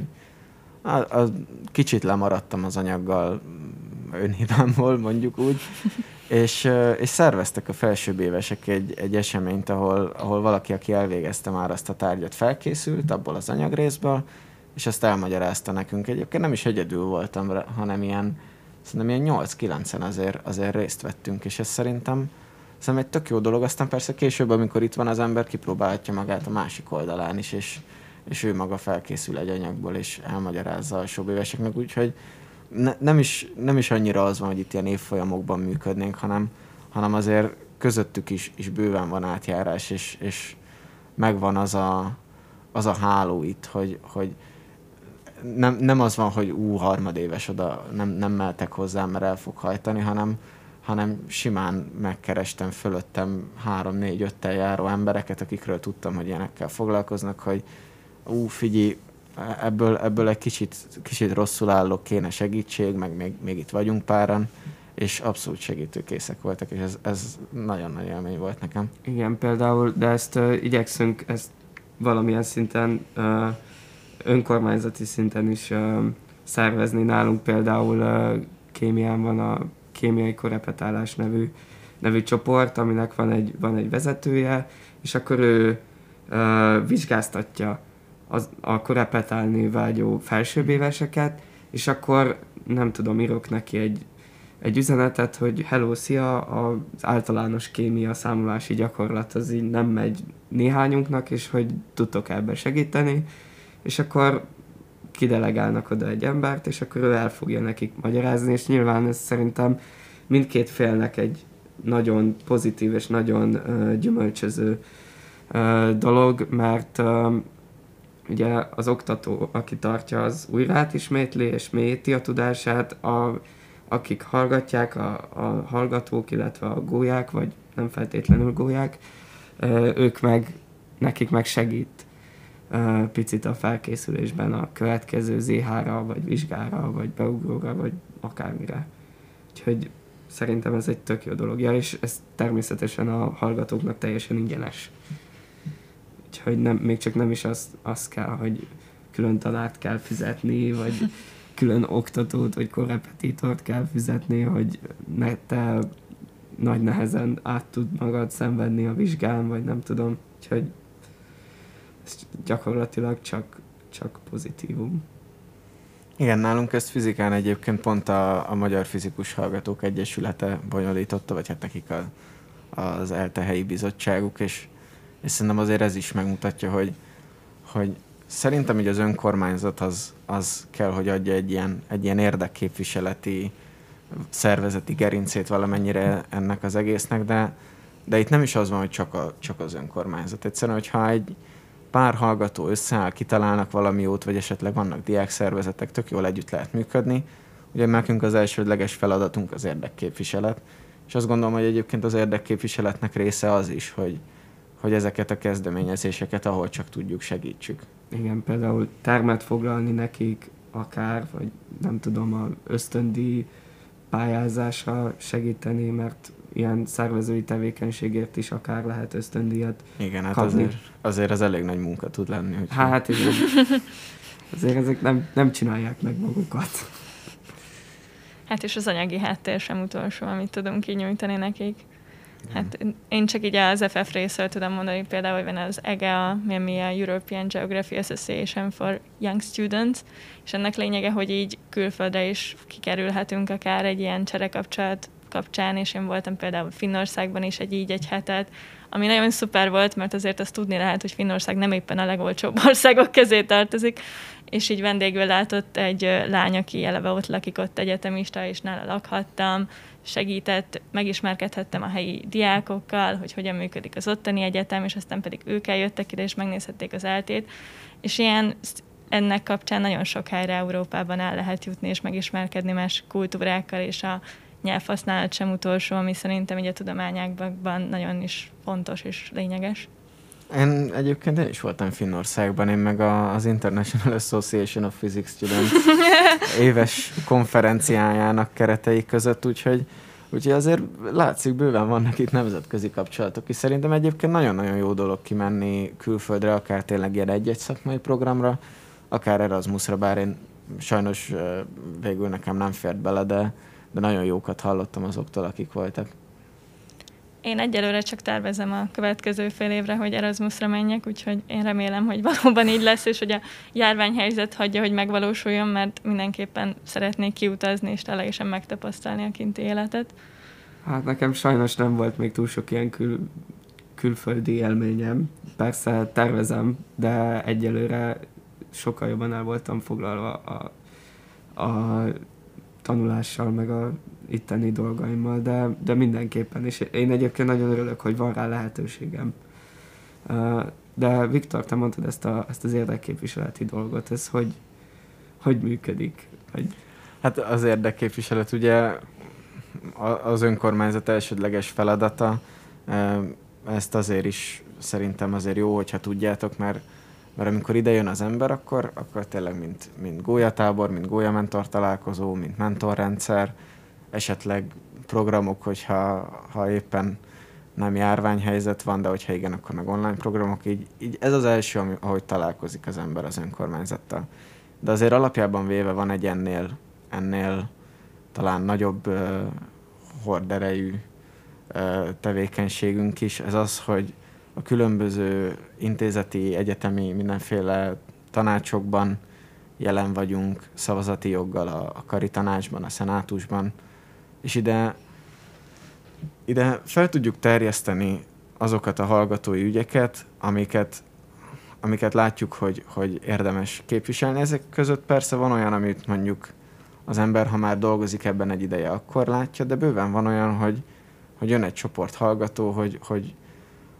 Speaker 1: a, a, kicsit lemaradtam az anyaggal önhibámból, mondjuk úgy, és, és szerveztek a felsőbb évesek egy, egy eseményt, ahol, ahol valaki, aki elvégezte már azt a tárgyat, felkészült abból az anyagrészből, és azt elmagyarázta nekünk. Egyébként nem is egyedül voltam, hanem ilyen, szerintem ilyen nyolc-kilencen azért, azért részt vettünk, és ez szerintem, szerintem egy tök jó dolog. Aztán persze később, amikor itt van az ember, kipróbálhatja magát a másik oldalán is, és, és ő maga felkészül egy anyagból, és elmagyarázza alsóbb éveseknek, úgyhogy ne, nem, is, nem is annyira az van, hogy itt ilyen évfolyamokban működnénk, hanem, hanem azért közöttük is, is bőven van átjárás, és, és megvan az a, az a háló itt, hogy, hogy nem, nem az van, hogy ú, harmadéves oda nem, nem meltek hozzá, mert el fog hajtani, hanem, hanem simán megkerestem fölöttem három-négy-öttel járó embereket, akikről tudtam, hogy ilyenekkel foglalkoznak, hogy ú, figyelj, ebből, ebből egy kicsit, kicsit rosszul állok, kéne segítség, meg még, még itt vagyunk páran, és abszolút segítőkészek voltak, és ez, ez nagyon nagy élmény volt nekem.
Speaker 3: Igen, például, de ezt uh, igyekszünk ezt valamilyen szinten, uh, önkormányzati szinten is uh, szervezni. Nálunk például uh, kémián van a kémiai korepetálás nevű, nevű csoport, aminek van egy, van egy vezetője, és akkor ő uh, vizsgáztatja az, a korepetálni vágyó felsőbb éveseket, és akkor nem tudom, írok neki egy, egy üzenetet, hogy hello, szia, az általános kémia számolási gyakorlat az így nem megy néhányunknak, és hogy tudtok ebbe segíteni, és akkor kidelegálnak oda egy embert, és akkor ő el fogja nekik magyarázni, és nyilván ez szerintem mindkét félnek egy nagyon pozitív és nagyon uh, gyümölcsöző ö, dolog, mert ö, ugye az oktató, aki tartja, az újra átismétli és mélyíti a tudását, a, akik hallgatják, a, a hallgatók, illetve a gólyák, vagy nem feltétlenül gólyák, ö, ők meg, nekik meg segít ö, picit a felkészülésben a következő zé há-ra, vagy vizsgára, vagy beugróra, vagy akármire. Úgyhogy szerintem ez egy tök jó dolog. Ja, és ez természetesen a hallgatóknak teljesen ingyenes. Úgyhogy nem, még csak nem is az, az kell, hogy külön tanárt kell fizetni, vagy külön oktatót, vagy korrepetítort kell fizetni, hogy ne te nagy nehezen át tud magad szenvedni a vizsgán, vagy nem tudom. Úgyhogy ez gyakorlatilag csak, csak pozitívum.
Speaker 1: Igen, nálunk ezt fizikán egyébként pont a, a Magyar Fizikus Hallgatók Egyesülete bonyolította, vagy hát nekik a, az ELTE helyi bizottságuk, és, és szerintem azért ez is megmutatja, hogy, hogy szerintem így az önkormányzat az, az kell, hogy adja egy ilyen, egy ilyen érdekképviseleti szervezeti gerincét valamennyire ennek az egésznek, de, de itt nem is az van, hogy csak, a, csak az önkormányzat. Egyszerűen, hogyha egy pár hallgató összeáll, kitalálnak valami jót, vagy esetleg vannak diákszervezetek, tök jól együtt lehet működni. Ugye nekünk az elsődleges feladatunk az érdekképviselet, és azt gondolom, hogy egyébként az érdekképviseletnek része az is, hogy, hogy ezeket a kezdeményezéseket, ahol csak tudjuk, segítsük.
Speaker 3: Igen, például termet foglalni nekik akár, vagy nem tudom, a ösztöndíj pályázásra segíteni, mert ilyen szervezői tevékenységért is akár lehet ösztöndíjat
Speaker 1: Igen, hát
Speaker 3: kapni.
Speaker 1: azért, azért az elég nagy munka tud lenni. Hogy
Speaker 3: Hát igen. Azért ezek nem, nem csinálják meg magukat.
Speaker 2: Hát és az anyagi háttér sem utolsó, amit tudunk kinyújtani nekik. Hát én csak így az ef ef részről tudom mondani, például, hogy van az e gé á, ami a European Geography Association for Young Students, és ennek lényege, hogy így külföldre is kikerülhetünk akár egy ilyen cserekapcsolat kapcsán, és én voltam például Finnországban is egy így egy hetet, ami nagyon szuper volt, mert azért azt tudni lehet, hogy Finnország nem éppen a legolcsóbb országok közé tartozik, és így vendégül látott egy lány, aki eleve ott lakik, ott egyetemista, és nála lakhattam, segített, megismerkedhettem a helyi diákokkal, hogy hogyan működik az ottani egyetem, és aztán pedig ők eljöttek ide, és megnézhették az eltét, és ilyen ennek kapcsán nagyon sok helyre Európában el lehet jutni, és megismerkedni más kultúrákkal, és a nyelvhasználat sem utolsó, ami szerintem így a tudományágban nagyon is fontos és lényeges.
Speaker 1: Én egyébként én is voltam Finnországban, én meg a, az International Association of Physics Students éves konferenciájának keretei között, úgyhogy, úgyhogy azért látszik, bőven vannak itt nemzetközi kapcsolatok, és szerintem egyébként nagyon-nagyon jó dolog kimenni külföldre, akár tényleg ilyen egy-egy szakmai programra, akár Erasmusra, bár én sajnos végül nekem nem fért bele, de, de nagyon jókat hallottam azoktól, akik voltak.
Speaker 2: Én egyelőre csak tervezem a következő fél évre, hogy Erasmusra menjek, úgyhogy én remélem, hogy valóban így lesz, és hogy a járványhelyzet hagyja, hogy megvalósuljon, mert mindenképpen szeretnék kiutazni, és ténylegesen megtapasztalni a kinti életet.
Speaker 3: Hát nekem sajnos nem volt még túl sok ilyen kül, külföldi élményem. Persze tervezem, de egyelőre sokkal jobban el voltam foglalva a, a tanulással, meg a itteni dolgaimmal, de, de mindenképpen, és én egyébként nagyon örülök, hogy van rá lehetőségem. De Viktor, te mondtad ezt, a, ezt az érdekképviseleti dolgot, ez hogy, hogy működik? Hogy...
Speaker 1: Hát az érdekképviselet ugye az önkormányzat elsődleges feladata, ezt azért is szerintem azért jó, hogyha tudjátok, mert Mert amikor ide jön az ember, akkor, akkor tényleg mint, mint gólyatábor, mint gólyamentor találkozó, mint mentorrendszer, esetleg programok, hogyha ha éppen nem járványhelyzet van, de hogyha igen, akkor meg online programok. Így, így ez az első, ami, ahogy találkozik az ember az önkormányzattal. De azért alapjában véve van egy ennél, ennél talán nagyobb uh, horderejű uh, tevékenységünk is. Ez az, hogy a különböző intézeti, egyetemi, mindenféle tanácsokban jelen vagyunk, szavazati joggal a, a kari tanácsban, a szenátusban, és ide, ide fel tudjuk terjeszteni azokat a hallgatói ügyeket, amiket, amiket látjuk, hogy, hogy érdemes képviselni. Ezek között persze van olyan, amit mondjuk az ember, ha már dolgozik ebben egy ideje, akkor látja, de bőven van olyan, hogy, hogy jön egy csoport hallgató, hogy, hogy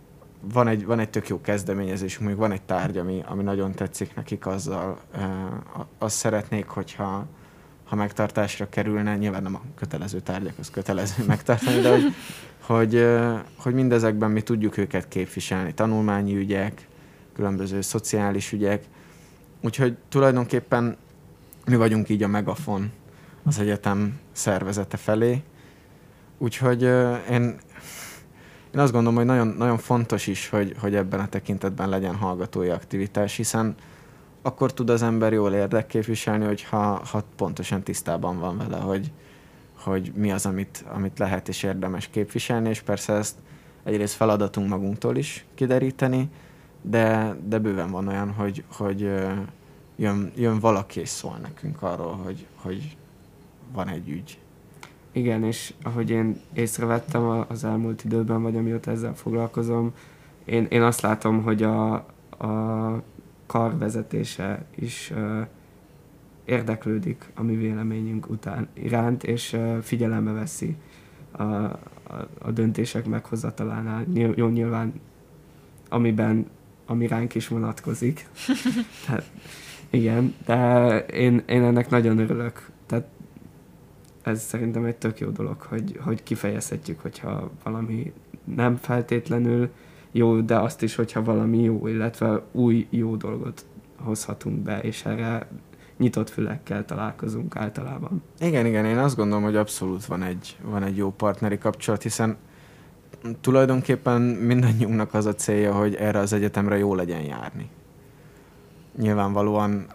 Speaker 1: van egy, van egy tök jó kezdeményezés, mondjuk van egy tárgy, ami, ami nagyon tetszik nekik, azzal azt szeretnék, hogyha ha megtartásra kerülne, nyilván nem a kötelező tárgyak, az kötelező megtartani, de hogy, hogy, hogy mindezekben mi tudjuk őket képviselni, tanulmányi ügyek, különböző szociális ügyek, úgyhogy tulajdonképpen mi vagyunk így a megafon az egyetem szervezete felé, úgyhogy én Én azt gondolom, hogy nagyon, nagyon fontos is, hogy, hogy ebben a tekintetben legyen hallgatói aktivitás, hiszen akkor tud az ember jól érdekképviselni, hogyha ha pontosan tisztában van vele, hogy, hogy mi az, amit, amit lehet és érdemes képviselni, és persze ezt egyrészt feladatunk magunktól is kideríteni, de, de bőven van olyan, hogy, hogy jön, jön valaki és szól nekünk arról, hogy, hogy van egy ügy.
Speaker 3: Igen, és ahogy én észrevettem az elmúlt időben, vagy amióta ezzel foglalkozom, én, én azt látom, hogy a, a kar vezetése is uh, érdeklődik a mi véleményünk után iránt, és uh, figyelembe veszi a, a, a döntések meghozatalánál. Nyilv, jó, nyilván amiben, ami ránk is vonatkozik. Tehát, igen, de én, én ennek nagyon örülök. Tehát ez szerintem egy tök jó dolog, hogy, hogy kifejezhetjük, hogyha valami nem feltétlenül jó, de azt is, hogyha valami jó, illetve új jó dolgot hozhatunk be, és erre nyitott fülekkel találkozunk általában.
Speaker 1: Igen, igen, én azt gondolom, hogy abszolút van egy, van egy jó partneri kapcsolat, hiszen tulajdonképpen mindannyiunknak az a célja, hogy erre az egyetemre jó legyen járni. Nyilvánvalóan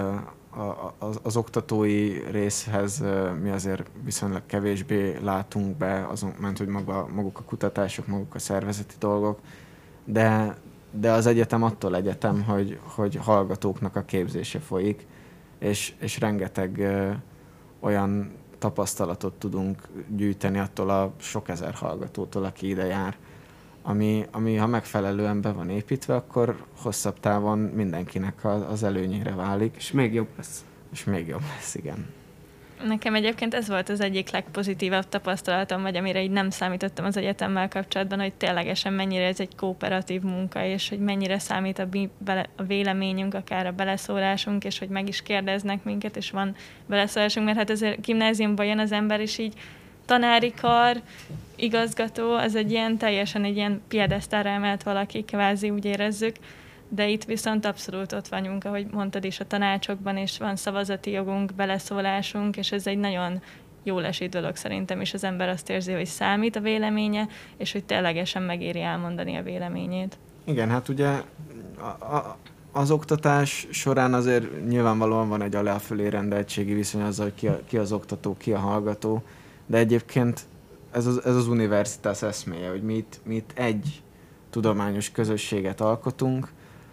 Speaker 1: az, az oktatói részhez mi azért viszonylag kevésbé látunk be, azon ment, hogy maga, maguk a kutatások, maguk a szervezeti dolgok, de, de az egyetem attól egyetem, hogy, hogy hallgatóknak a képzése folyik, és, és rengeteg ö, olyan tapasztalatot tudunk gyűjteni attól a sok ezer hallgatótól, aki ide jár, ami, ami ha megfelelően be van építve, akkor hosszabb távon mindenkinek az előnyére válik.
Speaker 3: És még jobb lesz.
Speaker 1: És még jobb lesz, igen.
Speaker 2: Nekem egyébként ez volt az egyik legpozitívabb tapasztalatom, vagy amire így nem számítottam az egyetemmel kapcsolatban, hogy ténylegesen mennyire ez egy kooperatív munka, és hogy mennyire számít a, bele, a véleményünk, akár a beleszólásunk, és hogy meg is kérdeznek minket, és van beleszólásunk, mert hát azért gimnáziumban jön az ember, és így tanári kar, igazgató, az egy ilyen teljesen egy ilyen piedesztára emelt valaki, kvázi úgy érezzük, de itt viszont abszolút ott vagyunk, ahogy mondtad is, a tanácsokban, és van szavazati jogunk, beleszólásunk, és ez egy nagyon jól eső dolog szerintem, és az ember azt érzi, hogy számít a véleménye, és hogy ténylegesen megéri elmondani a véleményét.
Speaker 1: Igen, hát ugye a, a, az oktatás során azért nyilvánvalóan van egy alá-fölé rendeltségi viszony azzal, hogy ki, a, ki az oktató, ki a hallgató, de egyébként ez az, ez az universitás eszméje, hogy mi itt, mi itt egy tudományos közösséget alkotunk,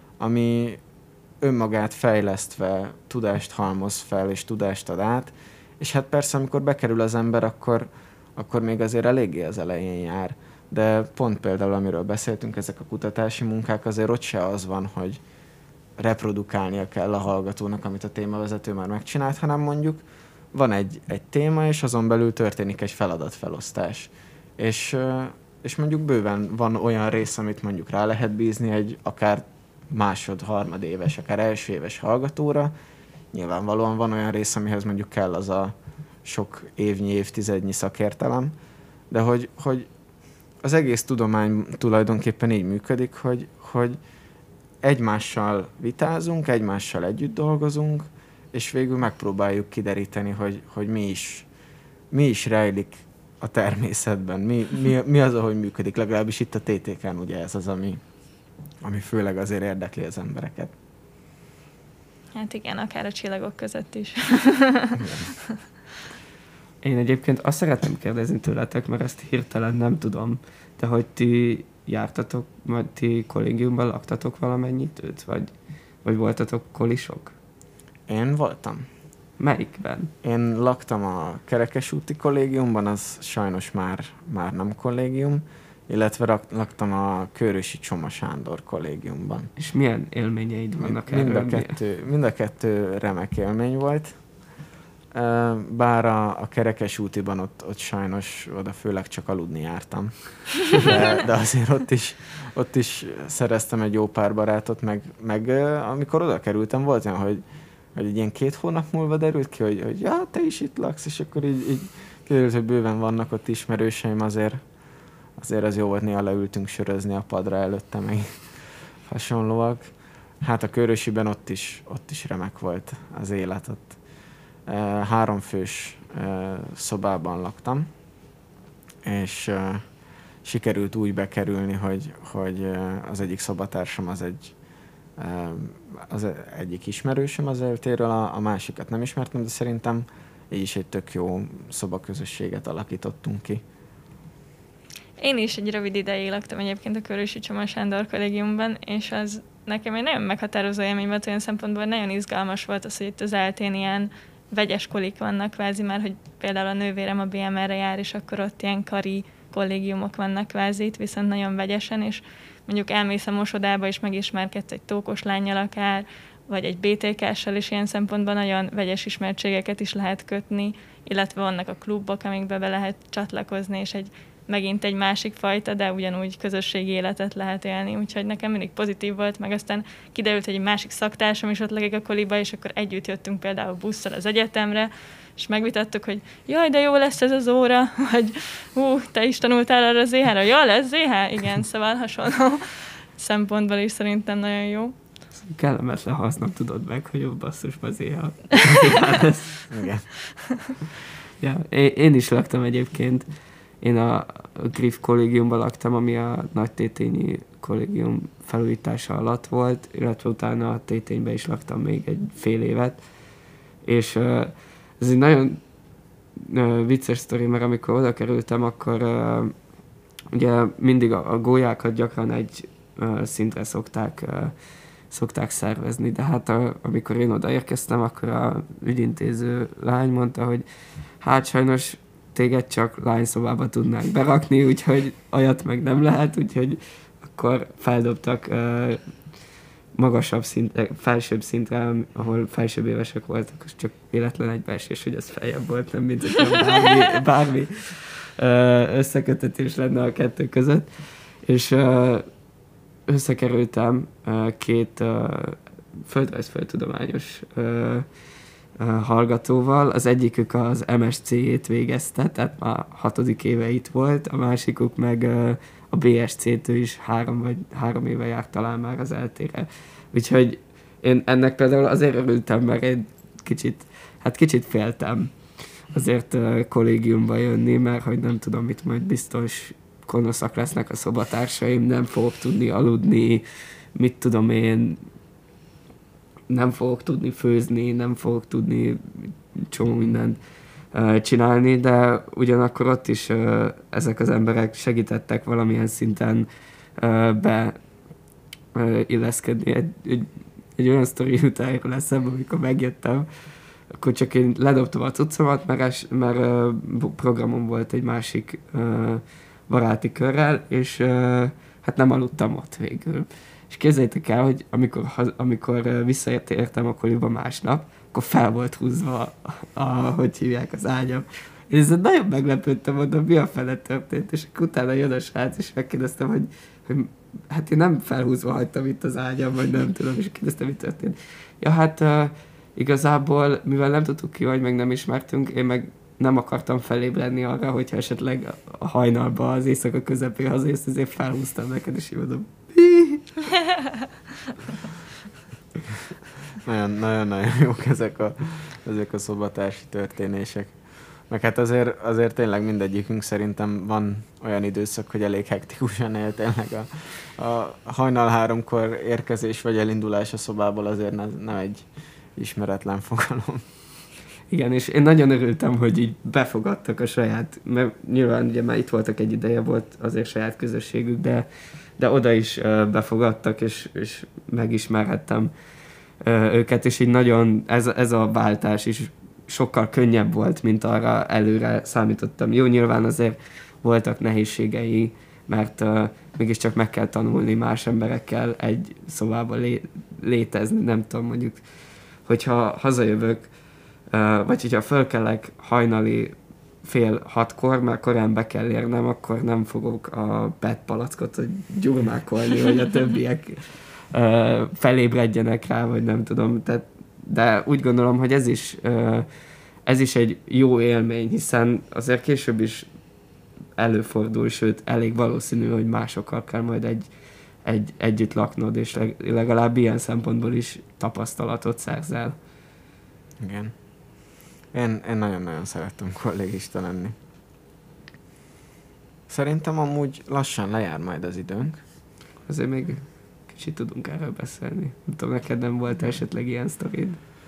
Speaker 1: ami önmagát fejlesztve tudást halmoz fel és tudást ad át, és hát persze, amikor bekerül az ember, akkor, akkor még azért eléggé az elején jár. De pont például, amiről beszéltünk, ezek a kutatási munkák, azért ott se az van, hogy reprodukálnia kell a hallgatónak, amit a témavezető már megcsinált, hanem mondjuk van egy, egy téma, és azon belül történik egy feladatfelosztás. És, és mondjuk bőven van olyan rész, amit mondjuk rá lehet bízni egy akár másod, harmadéves, akár első éves hallgatóra. Nyilvánvalóan van olyan rész, amihez mondjuk kell az a sok évnyi, évtizednyi szakértelem, de hogy, hogy az egész tudomány tulajdonképpen így működik, hogy, hogy egymással vitázunk, egymással együtt dolgozunk, és végül megpróbáljuk kideríteni, hogy, hogy mi is, mi is rejlik a természetben, mi, mi, mi az, ahogy működik, legalábbis itt a té té ká-n ugye ez az, ami, ami főleg azért érdekli az embereket.
Speaker 2: Hát igen, akár a csillagok között is.
Speaker 3: Én egyébként azt szeretném kérdezni tőletek, mert ezt hirtelen nem tudom, de hogy ti jártatok, vagy ti kollégiumban laktatok valamennyit őt, vagy, vagy voltatok kolisok?
Speaker 1: Én voltam.
Speaker 3: Melyikben?
Speaker 1: Én laktam a Kerekesúti kollégiumban, az sajnos már, már nem kollégium, illetve laktam a Kőrösi Csoma Sándor kollégiumban.
Speaker 3: És milyen élményeid vannak
Speaker 1: mind,
Speaker 3: erről?
Speaker 1: mind a kettő, mind a kettő remek élmény volt. bár a, a Kerekes útiban ott, ott sajnos oda főleg csak aludni jártam. De, de azért ott is, ott is szereztem egy jó pár barátot, meg, meg amikor oda kerültem, volt olyan, hogy, hogy egy ilyen két hónap múlva derült ki, hogy, hogy ja, te is itt laksz, és akkor így, így kiderült, hogy bőven vannak ott ismerőseim, azért, azért az jó volt, néha leültünk sörözni a padra előtte, meg hasonlóak. Hát a Körösiben ott is, ott is remek volt az élet. Ott háromfős szobában laktam, és sikerült úgy bekerülni, hogy, hogy az egyik szobatársam az egy az egyik ismerősöm az eltéről, a, a másikat nem ismertem, de szerintem így is egy tök jó szobaközösséget alakítottunk ki.
Speaker 2: Én is egy rövid ideig laktam egyébként a Körösi Csoma Sándor kollégiumban, és az nekem egy nagyon meghatározó élmény volt, olyan szempontból nagyon izgalmas volt az, hogy itt az eltén ilyen vegyes kolik vannak kvázi már, hogy például a nővérem a bé em er-re jár, és akkor ott ilyen kari kollégiumok vannak kvázi itt, viszont nagyon vegyesen, és mondjuk elmész a mosodába, és megismerkedsz egy tókos lánnyal akár, vagy egy bé té ká-ssal, és ilyen szempontban nagyon vegyes ismertségeket is lehet kötni, illetve vannak a klubok, amikbe be lehet csatlakozni, és egy megint egy másik fajta, de ugyanúgy közösségi életet lehet élni, úgyhogy nekem mindig pozitív volt, meg aztán kiderült, hogy egy másik szaktársam is ott lakik a koliba, és akkor együtt jöttünk például busszal az egyetemre, és megvitattuk, hogy jaj, de jó lesz ez az óra, vagy hú, te is tanultál arra az zé há-ra, jó lesz zé há? Igen, szóval hasonló szempontból is szerintem nagyon jó.
Speaker 3: Kellemetlen, ha azt nem tudod meg, hogy jó basszusban zé há.
Speaker 1: Igen.
Speaker 3: Ja, én is laktam egyébként. Én a Griff kollégiumban laktam, ami a Nagy Tétényi kollégium felújítása alatt volt, illetve utána a Tétényben is laktam még egy fél évet. És uh, ez egy nagyon uh, vicces sztori, mert amikor oda kerültem, akkor uh, ugye mindig a, a gólyákat gyakran egy uh, szintre szokták, uh, szokták szervezni, de hát a, amikor én odaérkeztem, akkor a ügyintéző lány mondta, hogy hát sajnos téged csak lányszobába tudnánk berakni, úgyhogy olyat meg nem lehet, úgyhogy akkor feldobtak uh, magasabb szintre, felsőbb szintre, ahol felsőbb évesek voltak, és csak véletlen egybeesés, hogy ez feljebb volt, nem mint hogy bármi, bármi uh, összekötetés lenne a kettő között. És uh, összekerültem uh, két uh, földrajzföldtudományos uh, hallgatóval. Az egyikük az em es cé-jét végezte, tehát már hatodik éve itt volt, a másikuk meg a bé es cé-től is három vagy három éve járt talán már az eltére. Úgyhogy én ennek például azért örültem, mert én kicsit, hát kicsit féltem azért kollégiumba jönni, mert hogy nem tudom mit, majd biztos gonoszak lesznek a szobatársaim, nem fogok tudni aludni, mit tudom én, nem fogok tudni főzni, nem fogok tudni csomó mindent uh, csinálni, de ugyanakkor ott is uh, ezek az emberek segítettek valamilyen szinten uh, be uh, illeszkedni. Egy, egy, egy olyan sztori jut erről eszembe, amikor megjöttem, akkor csak én ledobtam a cuccomat, mert, mert uh, programom volt egy másik uh, baráti körrel, és uh, hát nem aludtam ott végül. És képzeljétek el, hogy amikor, amikor visszaértem a koliba másnap, akkor fel volt húzva, a, a, hogy hívják, az ágyam. És ezzel nagyon meglepődtem, mondom, mi a fele történt, és akkor utána jön a srác, és megkérdeztem, hogy, hogy hát én nem felhúzva hagytam itt az ágyam, vagy nem tudom, és kérdeztem, mi történt. Ja, hát uh, igazából, mivel nem tudtuk ki, vagy meg nem ismertünk, én meg nem akartam felébredni arra, hogyha esetleg a hajnalban az éjszaka közepén hazajössz, ezért felhúztam neked, és így mondom,
Speaker 1: Nagyon-nagyon jók ezek a, ezek a szobatársi történések. Meg hát azért, azért tényleg mindegyikünk szerintem van olyan időszak, hogy elég hektikusan él tényleg a, a hajnal háromkor érkezés vagy elindulás a szobából azért ne, nem egy ismeretlen fogalom.
Speaker 3: Igen, és én nagyon örültem, hogy így befogadtak a saját, mert nyilván ugye már itt voltak egy ideje, volt azért saját közösségük, de, de oda is uh, befogadtak, és, és megismerhettem uh, őket, és így nagyon ez, ez a váltás is sokkal könnyebb volt, mint arra előre számítottam. Jó, nyilván azért voltak nehézségei, mert uh, mégiscsak meg kell tanulni más emberekkel egy szobában lé- létezni, nem tudom, mondjuk, hogyha hazajövök vagy hogyha fölkelek hajnali fél hatkor, már korán be kell érnem, akkor nem fogok a pé é té palackot, hogy gyurmákolni, hogy a többiek uh, felébredjenek rá, vagy nem tudom. Tehát, de úgy gondolom, hogy ez is, uh, ez is egy jó élmény, hiszen azért később is előfordul, sőt, elég valószínű, hogy másokkal kell majd egy, egy, együtt laknod, és legalább ilyen szempontból is tapasztalatot szerzel.
Speaker 1: Igen. Én, én nagyon-nagyon szerettem kollégista lenni. Szerintem amúgy lassan lejár majd az időnk.
Speaker 3: Azért még kicsit tudunk erről beszélni. Nem tudom, neked nem volt esetleg ilyen sztorid?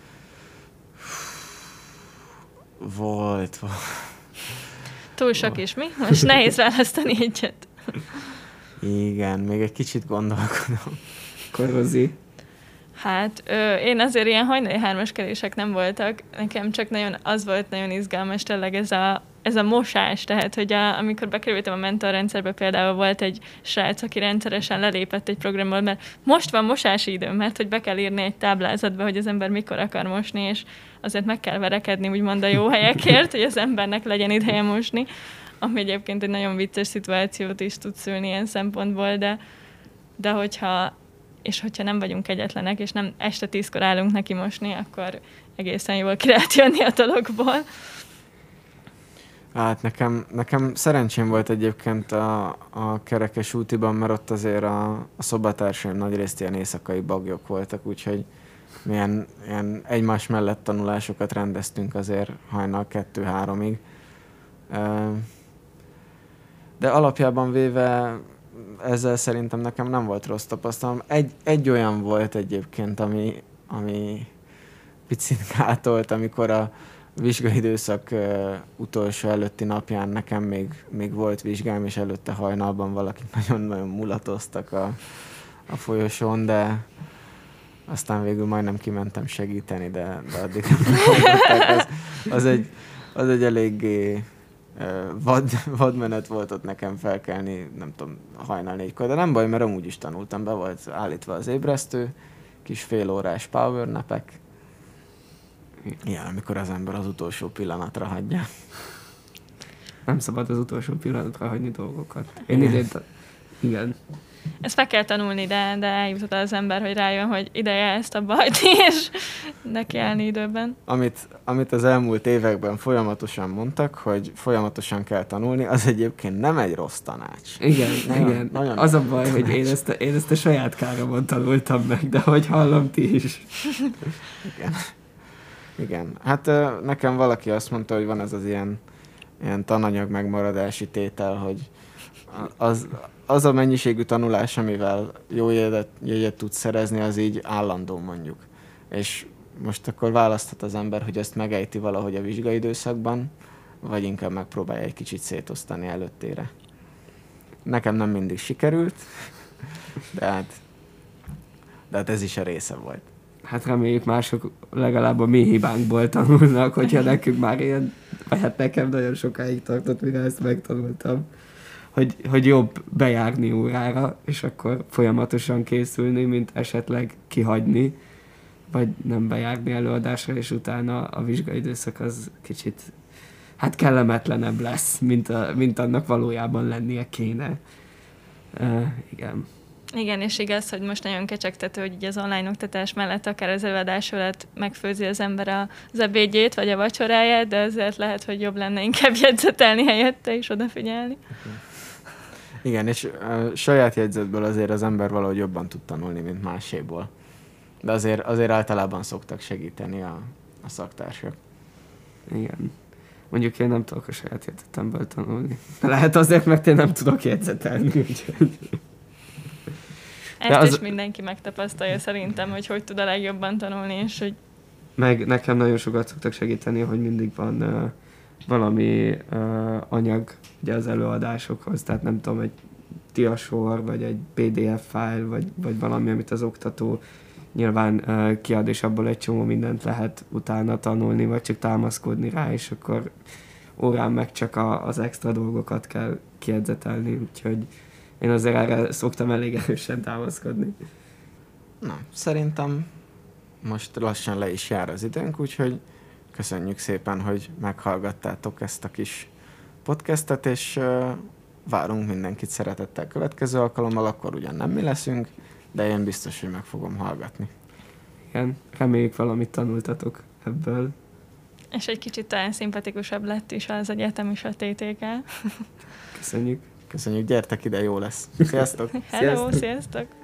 Speaker 1: Volt, volt.
Speaker 2: Túl sok is, mi? Most nehéz választani egyet.
Speaker 1: Igen, még egy kicsit gondolkodom.
Speaker 3: Korozi.
Speaker 2: Hát ö, én azért ilyen hajnali hármaskerések nem voltak, nekem csak nagyon az volt nagyon izgalmas tényleg ez a, ez a mosás, tehát hogy a, amikor bekerültem a mentorrendszerbe, például volt egy srác, aki rendszeresen lelépett egy programból, mert most van mosási idő, mert hogy be kell írni egy táblázatba, hogy az ember mikor akar mosni, és azért meg kell verekedni, úgymond a jó helyekért, hogy az embernek legyen ideje mosni, ami egyébként egy nagyon vicces szituációt is tud szülni ilyen szempontból, de, de hogyha és hogyha nem vagyunk egyetlenek, és nem este tízkor állunk neki mosni, akkor egészen jól ki lehet jönni a dologból.
Speaker 1: Hát nekem, nekem szerencsém volt egyébként a, a Kerekes útiban, mert ott azért a, a szobatársaim nagyrészt ilyen éjszakai baglyok voltak, úgyhogy milyen ilyen egymás mellett tanulásokat rendeztünk azért hajnal kettő-háromig. De alapjában véve ezzel szerintem nekem nem volt rossz tapasztalom. Egy, egy olyan volt egyébként, ami, ami picit gátolt, amikor a vizsgaidőszak uh, utolsó előtti napján nekem még, még volt vizsgám, és előtte hajnalban valakik nagyon-nagyon mulatoztak a, a folyosón, de aztán végül majdnem kimentem segíteni, de, de addig az, az, egy, az egy eléggé Vad, vadmenet volt ott nekem felkelni, nem tudom, hajnal négykor, de nem baj, mert amúgy is tanultam, be volt állítva az ébresztő, kis félórás power napek. Igen, amikor az ember az utolsó pillanatra hagyja.
Speaker 3: Nem szabad az utolsó pillanatra hagyni dolgokat. Én idén, igen.
Speaker 2: Ezt fel kell tanulni, de, de eljutott az ember, hogy rájön, hogy ideje ezt abba hagyni, és nekiállni időben.
Speaker 1: Amit, amit az elmúlt években folyamatosan mondtak, hogy folyamatosan kell tanulni, az egyébként nem egy rossz tanács.
Speaker 3: Igen,
Speaker 1: nagyon,
Speaker 3: igen.
Speaker 1: Nagyon
Speaker 3: az a baj, hogy én ezt, a, én ezt a saját káromon tanultam meg, de hogy hallom, ti is.
Speaker 1: Igen. Igen. Hát nekem valaki azt mondta, hogy van ez az ilyen, ilyen tananyag megmaradási tétel, hogy az, az a mennyiségű tanulás, amivel jó jegyet, jegyet tudsz szerezni, az így állandó mondjuk. És most akkor választhat az ember, hogy ezt megejti valahogy a vizsgaidőszakban, vagy inkább megpróbálja egy kicsit szétosztani előttére. Nekem nem mindig sikerült, de hát, de hát ez is a része volt.
Speaker 3: Hát reméljük mások legalább a mi hibánkból tanulnak, hogyha nekünk már ilyen, vagy hát nekem nagyon sokáig tartott, mire ezt megtanultam, hogy, hogy jobb bejárni órára, és akkor folyamatosan készülni, mint esetleg kihagyni, vagy nem bejárni előadásra, és utána a vizsgaidőszak az kicsit hát kellemetlenebb lesz, mint, a, mint annak valójában lennie kéne. Uh, igen.
Speaker 2: Igen, és igaz, hogy most nagyon kecsegtető, hogy így az online oktatás mellett akár az előadás alatt megfőzi az ember az ebédjét, vagy a vacsoráját, de azért lehet, hogy jobb lenne inkább jegyzetelni helyette és odafigyelni.
Speaker 1: Igen, és a saját jegyzetből azért az ember valahogy jobban tud tanulni, mint máséból. De azért, azért általában szoktak segíteni a, a szaktársak.
Speaker 3: Igen. Mondjuk én nem tudok a saját jegyzetemből tanulni. Lehet azért, mert én nem tudok jegyzetelni, úgyhogy...
Speaker 2: Ezt az... is mindenki megtapasztalja szerintem, hogy hogy tud a legjobban tanulni, és hogy...
Speaker 3: Meg nekem nagyon sokat szoktak segíteni, hogy mindig van uh, valami uh, anyag ugye az előadásokhoz, tehát nem tudom, egy diasor, vagy egy pé dé ef file, vagy, vagy valami, amit az oktató nyilván uh, kiad, és abból egy csomó mindent lehet utána tanulni, vagy csak támaszkodni rá, és akkor órán meg csak a, az extra dolgokat kell kiedzetelni, úgyhogy én azért erre szoktam elég erősen támaszkodni.
Speaker 1: Na, szerintem most lassan le is jár az időnk, úgyhogy köszönjük szépen, hogy meghallgattátok ezt a kis podcastet, és uh, várunk mindenkit szeretettel következő alkalommal, akkor ugyan nem mi leszünk, de én biztos, hogy meg fogom hallgatni.
Speaker 3: Igen, reméljük valamit tanultatok ebből.
Speaker 2: És egy kicsit talán szimpatikusabb lett is az egyetem is a té té ká.
Speaker 3: Köszönjük.
Speaker 1: Köszönjük, gyertek ide, jó lesz. Sziasztok!
Speaker 2: Hello,
Speaker 3: Sziasztok.
Speaker 2: sziasztok!